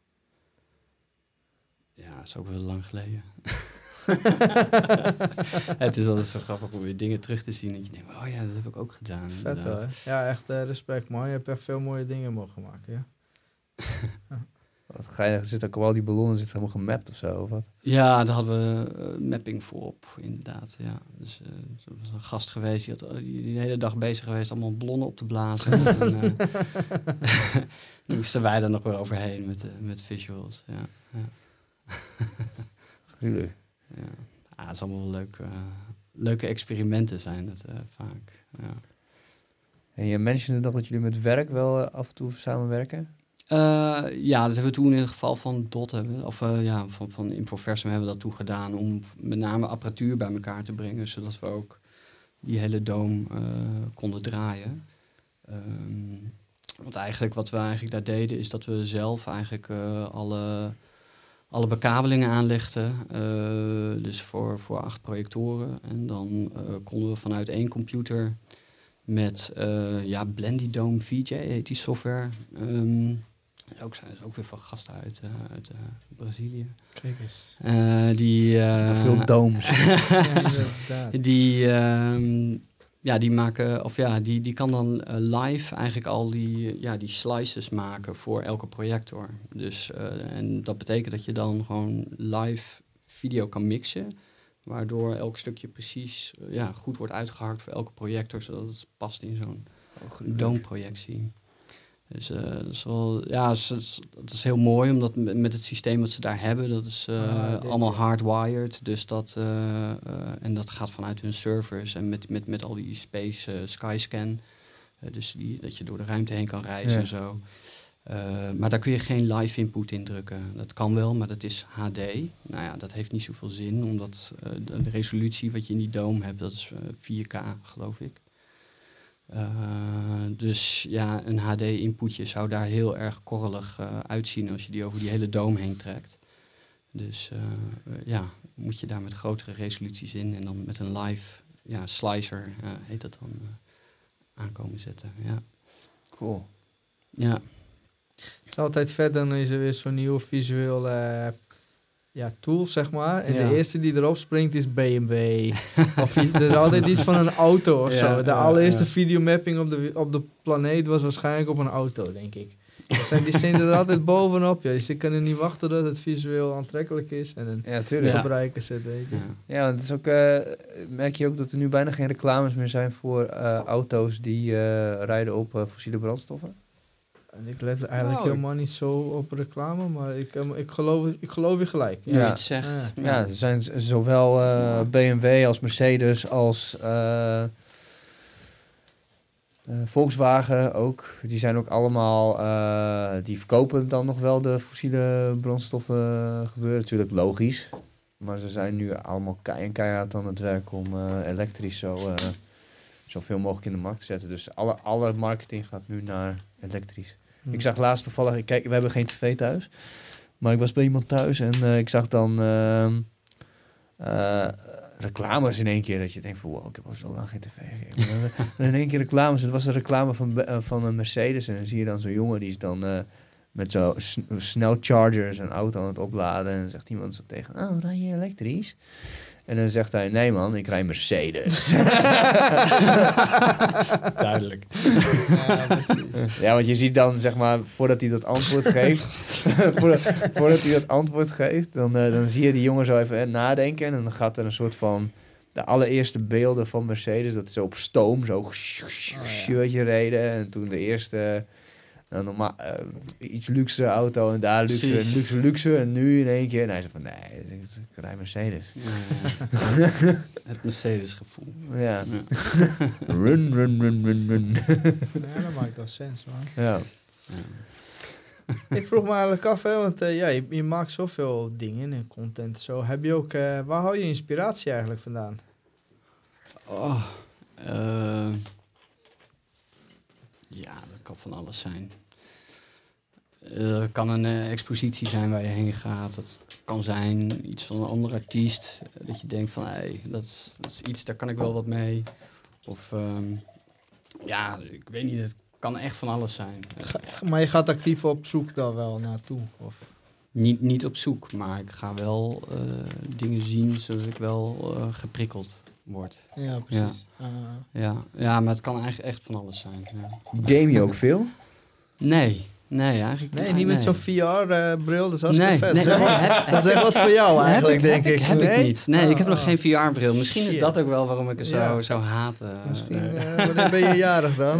Ja, dat is ook wel lang geleden. Het is altijd zo grappig om weer dingen terug te zien. En je denkt, oh ja, dat heb ik ook gedaan. Vet hoor. Ja, echt uh, respect man. Je hebt echt veel mooie dingen mogen maken, ja. Ja. Wat geinig. Er zit ook wel die ballonnen zitten helemaal gemapt of zo, of wat? Ja, daar hadden we uh, mapping voor op, inderdaad. Ja. Dus uh, er was een gast geweest, die, had, die, die de hele dag bezig geweest allemaal ballonnen op te blazen. en uh, nu moesten wij er nog weer overheen met, uh, met visuals. Ja, ja. Gruwelijk. Ja. Ah, het is allemaal wel leuk, uh, leuke experimenten zijn het uh, vaak. Ja. En je mentionde nog dat jullie met werk wel uh, af en toe samenwerken? Uh, ja, dat hebben we toen in het geval van D O T, hebben, of uh, ja, van, van Infoversum hebben we dat toen gedaan om met name apparatuur bij elkaar te brengen, zodat we ook die hele doom uh, konden draaien. Um, want eigenlijk wat we eigenlijk daar deden is dat we zelf eigenlijk uh, alle, alle bekabelingen aanlegden, uh, dus voor, voor acht projectoren. En dan uh, konden we vanuit één computer met uh, ja, Blendy Dome V J heet die software. Um, ook zijn is ook weer van gasten uit, uh, uit uh, Brazilië. Kijk eens. Uh, die uh, veel domes. ja, die um, ja, die maken of ja, die die kan dan uh, live eigenlijk al die ja, die slices maken voor elke projector. Dus uh, en dat betekent dat je dan gewoon live video kan mixen Waardoor elk stukje precies uh, ja, goed wordt uitgehakt voor elke projector, zodat het past in zo'n oh, doomprojectie. Dus uh, dat is wel, ja, dat is, dat is heel mooi, omdat met het systeem wat ze daar hebben, dat is uh, ah, allemaal hardwired. Dus dat, uh, uh, en dat gaat vanuit hun servers en met, met, met al die space uh, skyscan. Uh, dus die, dat je door de ruimte heen kan reizen ja. en zo. Uh, maar daar kun je geen live input in drukken. Dat kan wel, maar dat is H D. Nou ja, dat heeft niet zoveel zin, omdat uh, de, de resolutie wat je in die dome hebt, dat is uh, vier K, geloof ik. Uh, dus ja, een H D-inputje zou daar heel erg korrelig uh, uitzien als je die over die hele dome heen trekt. Dus uh, uh, ja, moet je daar met grotere resoluties in en dan met een live ja, slicer, uh, heet dat dan, uh, aankomen zetten. Ja. Cool. Ja. Het is altijd vet, dan is er weer zo'n nieuw visueel uh, ja, tool, zeg maar. En ja. de eerste die erop springt is B M W. Of iets, er is altijd iets van een auto of ja, zo. De ja, allereerste ja. videomapping op de, op de planeet was waarschijnlijk op een auto, denk ik. Dus zijn, die zitten er altijd bovenop. Ja. Dus die kunnen niet wachten dat het visueel aantrekkelijk is. En een ja, tuurlijk. gebruiker zet, weet je. Ja, ja het is ook, uh, merk je ook dat er nu bijna geen reclames meer zijn voor uh, auto's die uh, rijden op uh, fossiele brandstoffen. En ik let eigenlijk oh, helemaal niet zo op reclame, maar ik, um, ik, geloof, ik geloof je gelijk. Ja, ja. Het zegt. Ja, ja, er zijn z- zowel uh, B M W als Mercedes als uh, uh, Volkswagen ook. Die zijn ook allemaal, uh, die verkopen dan nog wel de fossiele brandstoffen gebeuren. Natuurlijk logisch, maar ze zijn nu allemaal kei en keihard aan het werk om uh, elektrisch zo... Uh, zoveel mogelijk in de markt te zetten. Dus alle, alle marketing gaat nu naar elektrisch. Hmm. Ik zag laatst toevallig... Kijk, we hebben geen tv thuis. Maar ik was bij iemand thuis en uh, ik zag dan uh, uh, reclames in één keer. Dat je denkt van, wow, ik heb al zo lang geen tv gekeken. En in één keer reclames. Het was een reclame van, uh, van een Mercedes. En dan zie je dan zo'n jongen die is dan... Uh, met zo'n s- snel charger zijn auto aan het opladen. En dan zegt iemand zo tegen... Oh, rij je elektrisch? En dan zegt hij, nee man, ik rij Mercedes. Duidelijk. Ja, precies. Ja, want je ziet dan, zeg maar, voordat hij dat antwoord geeft... voordat, voordat hij dat antwoord geeft, dan, uh, dan zie je die jongen zo even uh, nadenken. En dan gaat er een soort van... De allereerste beelden van Mercedes, dat is zo op stoom, zo... Oh, ja. reden. En toen de eerste... Nou, normaal, uh, iets luxere auto en daar luxe en luxe, luxe. En nu in één keer... En hij zei van, nee, ik, ik rij Mercedes. Ja, ja. Het Mercedes-gevoel. Ja. ja. Run, run, run, run, run. Ja, dat maakt wel sens, man. Ja. Ja. Ik vroeg me eigenlijk af, hè, want uh, ja, je, je maakt zoveel dingen en content. Zo. Heb je ook... Uh, waar hou je inspiratie eigenlijk vandaan? Oh, uh... Ja, dat kan van alles zijn. Uh, het kan een uh, expositie zijn waar je heen gaat. Dat kan zijn iets van een andere artiest. Uh, dat je denkt van, hé, hey, dat, is, dat is iets, daar kan ik wel wat mee. Of, um, ja, ik weet niet, het kan echt van alles zijn. Ga, maar je gaat actief op zoek daar wel naartoe? Of? Niet, niet op zoek, maar ik ga wel uh, dingen zien zodat ik wel uh, geprikkeld word. Ja, precies. Ja. Uh. Ja. ja, maar het kan eigenlijk echt van alles zijn. Ja. Game je ook veel? Nee, nee, eigenlijk nee, niet. niet met nee. zo'n V R-bril, uh, dat is hartstikke nee, vet. Nee, zeg nee, maar, heb, dat is echt wat voor jou eigenlijk, heb ik, denk heb ik. ik. Heb nee? ik niet. Nee, oh, ik heb oh. nog geen V R-bril. Misschien Shit. is dat ook wel waarom ik er zo, ja. zo haat. Uh, Misschien, uh, wanneer ben je jarig dan?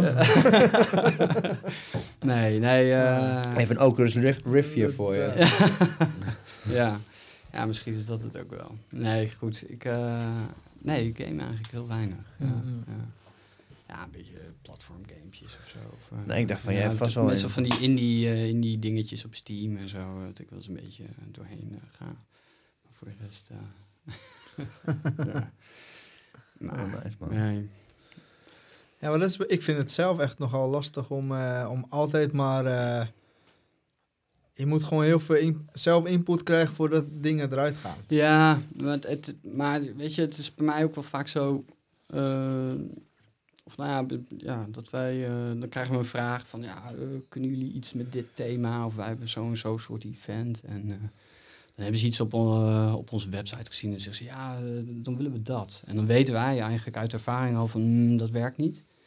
nee, nee. Uh, Even een Oculus Rift, Rift hier voor je. ja. ja, misschien is dat het ook wel. Nee, goed. Ik, uh, nee, ik game eigenlijk heel weinig. Mm-hmm. Ja, ja. ja, een beetje platformgamepjes of zo. Of, uh, nee, ik dacht van, jij ja, hebt vast wel... Met zo van die indie, uh, indie dingetjes op Steam en zo, dat ik wel eens een beetje doorheen uh, ga. Maar voor de rest... Uh, ja. Maar, oh, nice, man. Nee. Ja, maar dat is, ik vind het zelf echt nogal lastig om, uh, om altijd maar... Uh, je moet gewoon heel veel in, zelf input krijgen voordat dingen eruit gaan. Ja, maar, het, maar weet je, het is bij mij ook wel vaak zo... Uh, of nou ja, ja dat wij... Uh, dan krijgen we een vraag van... Ja, uh, kunnen jullie iets met dit thema? Of wij hebben zo en zo soort event. En uh, dan hebben ze iets op, uh, op onze website gezien. En zeggen ze, ja, uh, dan willen we dat. En dan weten wij eigenlijk uit ervaring al van... Mm, dat werkt niet.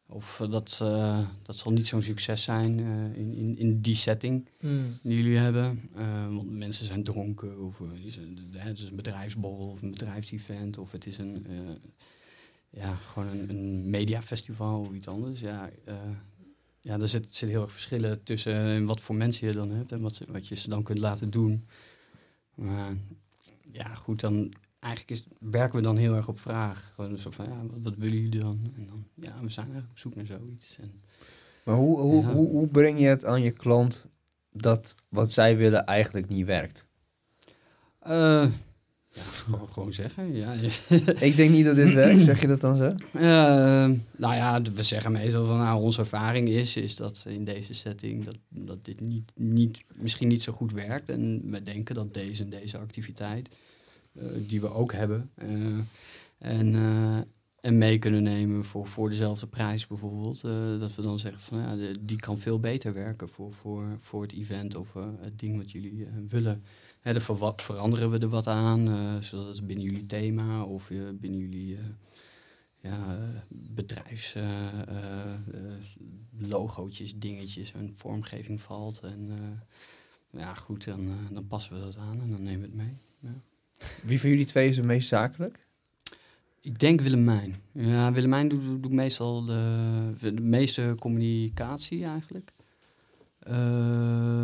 Of uh, dat, uh, dat zal niet zo'n succes zijn uh, in, in, in die setting Mm. die jullie hebben. Uh, want mensen zijn dronken, of uh, het is een bedrijfsborrel of een bedrijfsevent, of het is een, uh, ja, gewoon een, een mediafestival of iets anders. Ja, uh, ja er zit, zit heel erg verschillen tussen wat voor mensen je dan hebt en wat, wat je ze dan kunt laten doen. Maar ja, goed, dan eigenlijk is, werken we dan heel erg op vraag. Gewoon zo van, ja, wat, wat willen jullie dan? En dan, ja, we zijn eigenlijk op zoek naar zoiets. En, Maar hoe, hoe, ja. hoe, hoe breng je het aan je klant dat wat zij willen eigenlijk niet werkt? Uh, ja, gewoon, gewoon zeggen, ja. Ik denk niet dat dit werkt, zeg je dat dan zo? Uh, nou ja, we zeggen meestal van, nou, onze ervaring is, is dat in deze setting dat, dat dit niet, niet, misschien niet zo goed werkt. En we denken dat deze en deze activiteit, uh, die we ook hebben, uh, en, uh, en mee kunnen nemen voor, voor dezelfde prijs bijvoorbeeld. Uh, dat we dan zeggen van, ja, de, die kan veel beter werken voor, voor, voor het event of uh, het ding wat jullie uh, willen. Hè, dan ver- veranderen we er wat aan, uh, zodat het binnen jullie thema of uh, binnen jullie uh, ja, uh, bedrijfs uh, uh, uh, logootjes, dingetjes en vormgeving valt. En uh, ja, goed, dan, uh, dan passen we dat aan en dan nemen we het mee. Ja. Wie van jullie twee is het meest zakelijk? Ik denk Willemijn. Ja, Willemijn doet, doet meestal de, de meeste communicatie eigenlijk. Uh,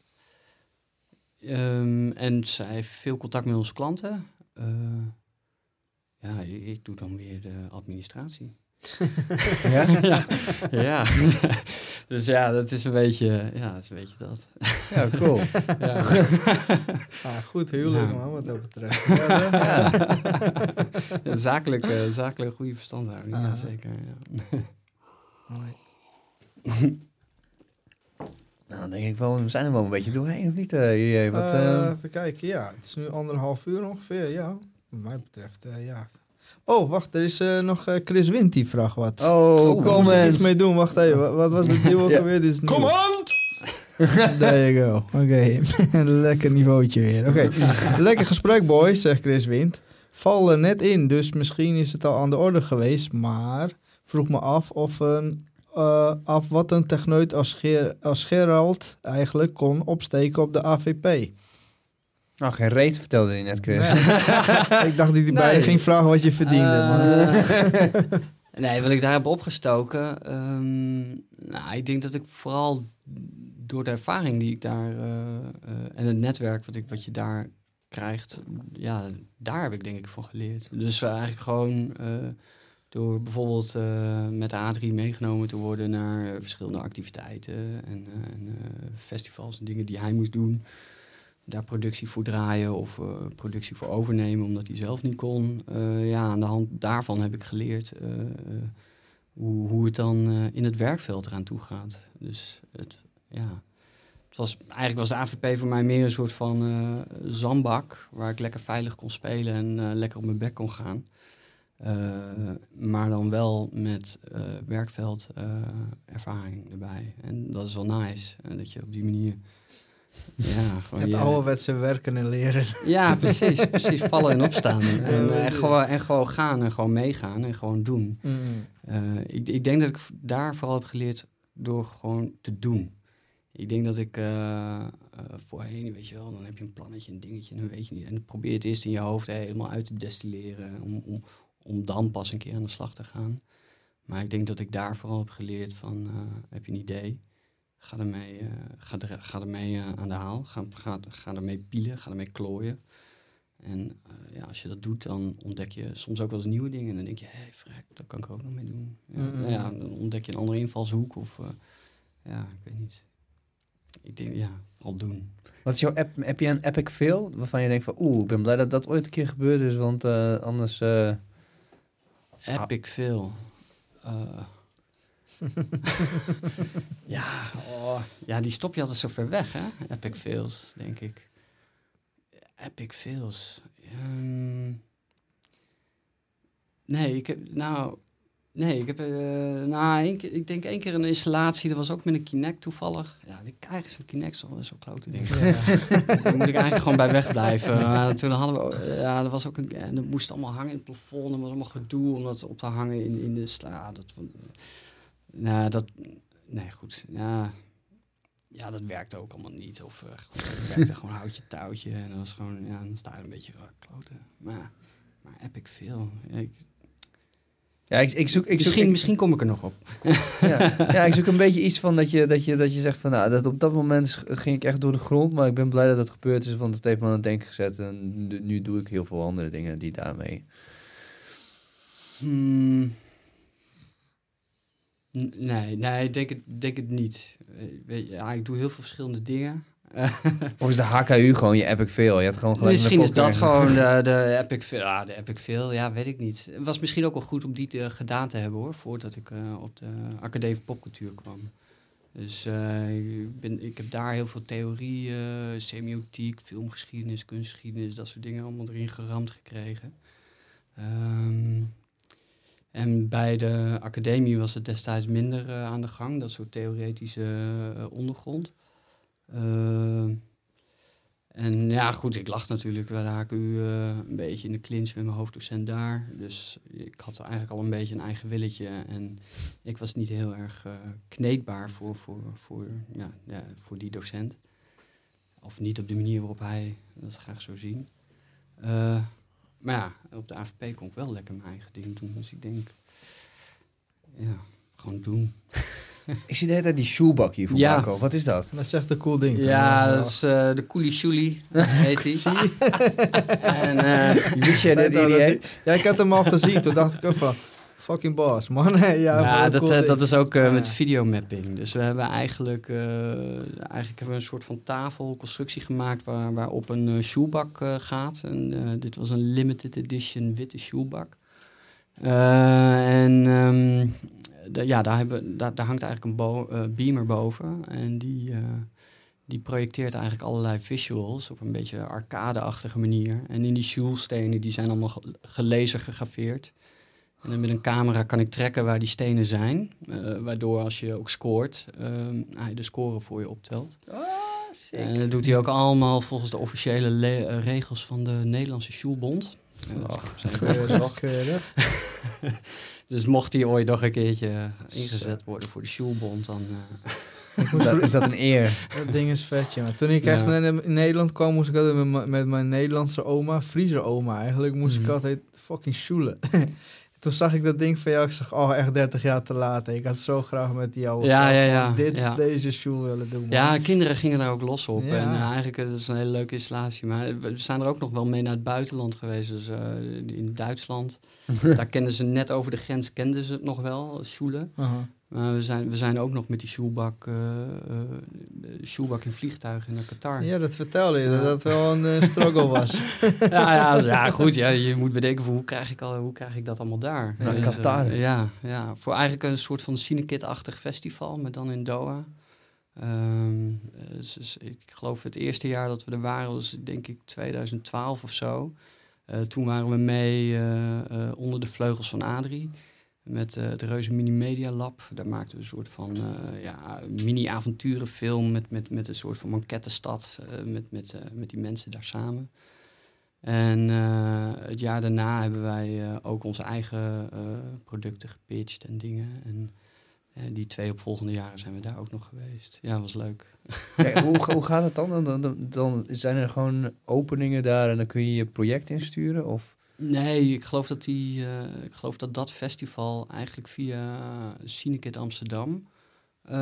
Um, en zij heeft veel contact met onze klanten. Uh, ja, ik, ik doe dan weer de administratie. Ja? ja. ja. Dus ja, dat is een beetje, ja, dat is een beetje dat. Ja, cool. ja. Ah, goed huwelijk, Ja. man, wat dat betreft. Ja, Ja. ja, zakelijk, uh, zakelijk goede verstandhouding, Ah. ja, zeker. Ja. Mooi. Nou, dan denk ik wel, we zijn er wel een beetje doorheen, of niet? Uh, jullie, wat, Uh, uh... even kijken, ja. Het is nu anderhalf uur ongeveer, ja. Wat mij betreft, uh, ja. Oh, wacht, er is uh, nog uh, Chris Wind die vraagt wat. Oh, Daar moest ik comments. iets mee doen, wacht even. Wat, wat was het nieuw ook Ja. alweer? Dit is nieuw. Command! There you go. Oké, okay. Lekker niveautje weer. Oké, okay. Lekker gesprek, boys, zegt Chris Wind. Val er net in, dus misschien is het al aan de orde geweest. Maar vroeg me af of een... Uh, af wat een techneut als, Ger- als Gerald eigenlijk kon opsteken op de A V P. Nou, geen reet vertelde hij net, Chris. Nee. Ik dacht dat hij bij Nee. je ging vragen wat je verdiende. Uh, maar... nee, wat ik daar heb opgestoken... Um, nou, ik denk dat ik vooral door de ervaring die ik daar... Uh, uh, en het netwerk wat, ik, wat je daar krijgt... Ja, daar heb ik denk ik van geleerd. Dus uh, eigenlijk gewoon... Uh, door bijvoorbeeld uh, met de A drie meegenomen te worden naar uh, verschillende activiteiten en, uh, en uh, festivals en dingen die hij moest doen. Daar productie voor draaien of uh, productie voor overnemen omdat hij zelf niet kon. Uh, ja, aan de hand daarvan heb ik geleerd uh, uh, hoe, hoe het dan uh, in het werkveld eraan toe gaat. Dus het, ja, het was, eigenlijk was de A V P voor mij meer een soort van uh, zandbak waar ik lekker veilig kon spelen en uh, lekker op mijn bek kon gaan. Uh, maar dan wel met uh, werkveld uh, ervaring erbij. En dat is wel nice. En dat je op die manier... Ja, gewoon het je, ouderwetse werken en leren. Ja, precies. precies. Vallen en opstaan. En, uh, Ja, gewoon, en gewoon gaan en gewoon meegaan en gewoon doen. Mm. Uh, ik, ik denk dat ik daar vooral heb geleerd door gewoon te doen. Ik denk dat ik uh, uh, voorheen, weet je wel, dan heb je een plannetje, een dingetje en dan weet je niet. En dan probeer je het eerst in je hoofd hey, helemaal uit te destilleren om, om, om dan pas een keer aan de slag te gaan. Maar ik denk dat ik daar vooral heb geleerd van, uh, heb je een idee? Ga ermee, uh, ga er, ga ermee uh, aan de haal. Ga, ga, ga ermee pielen, ga ermee klooien. En uh, ja, als je dat doet, dan ontdek je soms ook wel eens nieuwe dingen. En dan denk je, hé, hey, vrek, dat kan ik er ook nog mee doen. Ja, Mm-hmm. nou ja, dan ontdek je een andere invalshoek of, uh, ja, ik weet niet. Ik denk, ja, vooral doen. Wat is jouw app? Heb je een epic fail waarvan je denkt van, oeh, ik ben blij dat dat ooit een keer gebeurd is, want uh, anders... Uh... Epic fail. Uh, ja, oh, ja, die stop je altijd zo ver weg, hè? Epic fails, denk ik. Epic fails. Um, nee, ik heb, nou, nee, ik heb, uh, nou, één keer, ik denk één keer een installatie, dat was ook met een Kinect toevallig. Ja, die krijgen ze Kinect zo, zo klote ding. Ja. Dus daar moet ik eigenlijk gewoon bij wegblijven. Uh, toen hadden we, uh, ja, dat was ook een, en dat moest allemaal hangen in het plafond, dat was allemaal gedoe om dat op te hangen in, in de sla. Dat, Nou, dat... Nee, goed. Ja, ja, dat werkte ook allemaal niet. Of uh, goed, het werkte gewoon houtje touwtje. En dat was gewoon... Ja, dan sta je een beetje uh, kloten. Maar, maar Epic Fail... Ja, ik, Ja, ik, ik zoek, ik misschien, zoek, ik, misschien kom ik er nog op. ja, ja, ik zoek een beetje iets van dat je, dat je, dat je zegt van... Nou, dat op dat moment ging ik echt door de grond. Maar ik ben blij dat dat gebeurd is. Want het heeft me aan het denken gezet. En nu, nu doe ik heel veel andere dingen die daarmee... Hmm. Nee, nee, ik denk het, denk het niet. Weet je, ja, ik doe heel veel verschillende dingen. Of is de H K U gewoon je Epic Fail? Je hebt gewoon gelijk Misschien is dat poker. gewoon de, de Epic Fail. Ja, de Epic Fail, ja, weet ik niet. Het was misschien ook wel goed om die te, gedaan te hebben, hoor. Voordat ik uh, op de Academie van Popcultuur kwam. Dus uh, ik, ben, ik heb daar heel veel theorie, uh, semiotiek, filmgeschiedenis, kunstgeschiedenis... dat soort dingen allemaal erin geramd gekregen. Um, En bij de academie was het destijds minder uh, aan de gang, dat soort theoretische uh, ondergrond. Uh, en ja, goed, ik lag natuurlijk bij de H K U uh, een beetje in de clinch met mijn hoofddocent daar. Dus ik had eigenlijk al een beetje een eigen willetje. En ik was niet heel erg uh, kneedbaar voor, voor, voor, ja, ja, voor die docent. Of niet op de manier waarop hij dat graag zou zien. Uh, Maar ja, op de A V P kon ik wel lekker mijn eigen ding doen. Dus ik denk, ja, gewoon doen. Ik zie de hele tijd die shoebak hier voor Ja. Marco. Wat is dat? Dat is echt een cool ding. Ja, dat is uh, de Coolie Shuli, heet hij. En uh, Wist jij dat dat idee? die- Ja, ik had hem al gezien. Toen dacht ik ook van, fucking boss, man. ja, ja, wat een dat, cool uh, ding. dat is ook uh, Ja. met videomapping. Dus we hebben eigenlijk, uh, eigenlijk hebben we een soort van tafelconstructie gemaakt waar, waarop een uh, shoebak uh, gaat. En uh, dit was een limited edition witte shoebak. Uh, en um, de, ja, daar, hebben, we- daar, daar hangt eigenlijk een bo- uh, beamer boven. En die, uh, die projecteert eigenlijk allerlei visuals op een beetje arcade-achtige manier. En in die shoelstenen, die zijn allemaal ge- gelaser gegraveerd. En dan met een camera kan ik trekken waar die stenen zijn. Uh, waardoor als je ook scoort, um, hij de score voor je optelt. Ah, sick. En dat doet hij ook allemaal volgens de officiële le- uh, regels van de Nederlandse Shoelbond. Uh, Och. Keurig, keurig. Dus mocht hij ooit nog een keertje ingezet worden voor de Shoelbond, dan... Uh, Is dat, is dat een eer? Dat ding is vet, jongen. Toen ik echt Ja. naar in Nederland kwam, moest ik altijd met, mijn- met mijn Nederlandse oma, Friese oma eigenlijk, moest Mhm. ik altijd fucking shoelen. Toen zag ik dat ding van jou, ik zeg, oh, echt dertig jaar te laat. hè. Ik had zo graag met die oude Ja, vrouw ja, ja, gewoon dit, ja. deze shoe willen doen. man. ja, kinderen gingen daar ook los op. Ja. En uh, eigenlijk uh, dat is een hele leuke installatie. Maar we zijn er ook nog wel mee naar het buitenland geweest. Dus uh, in Duitsland. Daar kenden ze net over de grens, kenden ze het nog wel, shoelen. Aha. Maar we zijn, we zijn ook nog met die shoebak, uh, uh, shoebak in vliegtuigen naar Qatar. Ja, dat vertelde je, Ja. dat het wel een eh, struggle was. Ja, ja, dus ja, goed. Ja, je moet bedenken, voor hoe, krijg ik al, hoe krijg ik dat allemaal daar? Naar Dus, Qatar. uh, ja, ja, voor eigenlijk een soort van Cinekit-achtig festival, maar dan in Doha. Um, dus, dus ik geloof het eerste jaar dat we er waren was denk ik twintig twaalf of zo. Uh, toen waren we mee uh, uh, onder de vleugels van Adrie. Met uh, het Reuze Mini Media Lab. Daar maakten we een soort van uh, ja, mini-avonturenfilm met, met, met een soort van mankettenstad. Uh, met, met, uh, met die mensen daar samen. En uh, het jaar daarna hebben wij uh, ook onze eigen uh, producten gepitcht en dingen. En uh, die twee opvolgende jaren zijn we daar ook nog geweest. Ja, dat was leuk. Kijk, hoe, hoe gaat het dan? Dan, dan? dan dan zijn er gewoon openingen daar en dan kun je je project insturen? Of? Nee, ik geloof dat die, uh, ik geloof dat dat festival eigenlijk via Cinekit Amsterdam uh,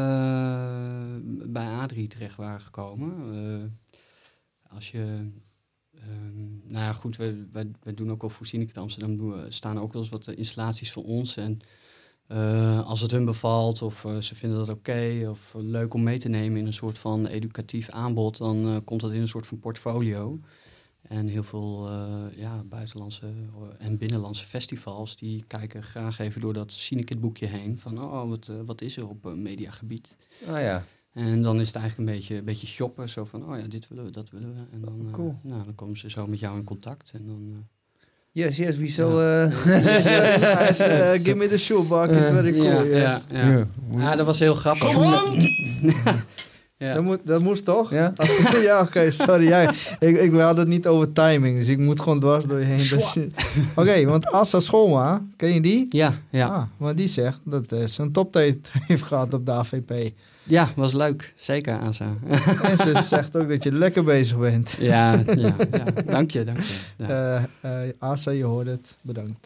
bij Adrie terecht waren gekomen. Uh, als je, um, nou ja, goed, we, wij, wij doen ook wel voor Cinekit Amsterdam doen we, staan ook wel eens wat installaties van ons en uh, als het hun bevalt of uh, ze vinden dat oké okay, of uh, leuk om mee te nemen in een soort van educatief aanbod, dan uh, komt dat in een soort van portfolio. En heel veel uh, ja, buitenlandse en binnenlandse festivals die kijken graag even door dat Cinekit-boekje heen. Van, oh, wat, uh, wat is er op uh, mediagebied? Ah ja. En dan is het eigenlijk een beetje, een beetje shoppen. Zo van, oh ja, dit willen we, dat willen we. En dan, uh, Cool. nou, dan komen ze zo met jou in contact. En dan, uh, Yes, yes, we shall... Ja. Uh... Yes, yes, yes, uh, give me the shoebak, is very cool. ja, yes. ja, ja. Ja, dat was heel grappig. Come on! Ja. Dat, moet, dat moest toch? Ja? Als- ja, oké, okay, sorry. Ja, ik, ik had het niet over timing, dus ik moet gewoon dwars door je heen. Dus, oké, okay, want Assa Schoolma, ken je die? Ja, ja. Ah, maar die zegt dat uh, ze een topdate heeft gehad op de A V P. Ja, was leuk. Zeker, Asa. En ze zegt ook dat je lekker bezig bent. Ja, ja, ja. Dank je, dank je. Ja. Uh, uh, Asa, je hoort het. Bedankt.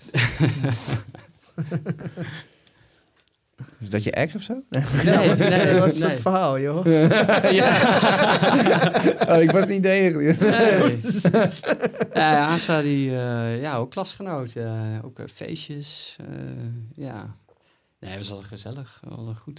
Is dat je ex of zo? Nee, wat is, nee, wat is nee. het verhaal, joh? Ja. Oh, ik was niet de enige. Nee. Ja, Asa, die, uh, ja, ook klasgenoot. Uh, ook uh, feestjes. Uh, ja. Nee, het was altijd gezellig. Altijd goed.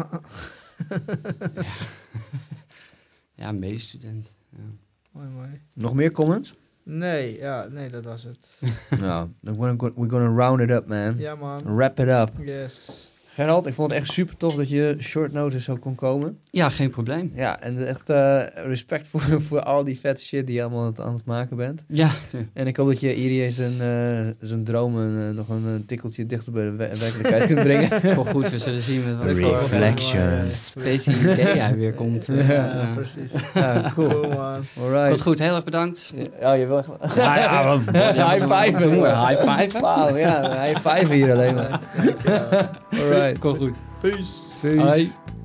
Ja, ja medestudent. Ja. Mooi, mooi. Nog meer comments? Nee, ja, nee, dat was het. Nou, we're gonna, we're gonna round it up, man. Ja, man. Wrap it up. Yes. Gerald, ik vond het echt super tof dat je short notice zo kon komen. Ja, geen probleem. Ja, en echt uh, respect voor, voor al die vette shit die je allemaal aan het, aan het maken bent. Ja. En ik hoop dat je Irie zijn, uh, zijn dromen uh, nog een uh, tikkeltje dichter bij de we- werkelijkheid kunt brengen. Wel goed, we zullen zien met wat Reflections. Space idee hij weer komt. Ja, Ja, ja, ja. precies. Ja, cool. Cool, man. Alright. Komt goed, heel erg bedankt. Ja, je wil echt... Ja, ja, wat- High five. Doen we, high five. Wauw, ja, high five hier alleen maar. Alright. Komt goed. Peace. Peace. Hoi.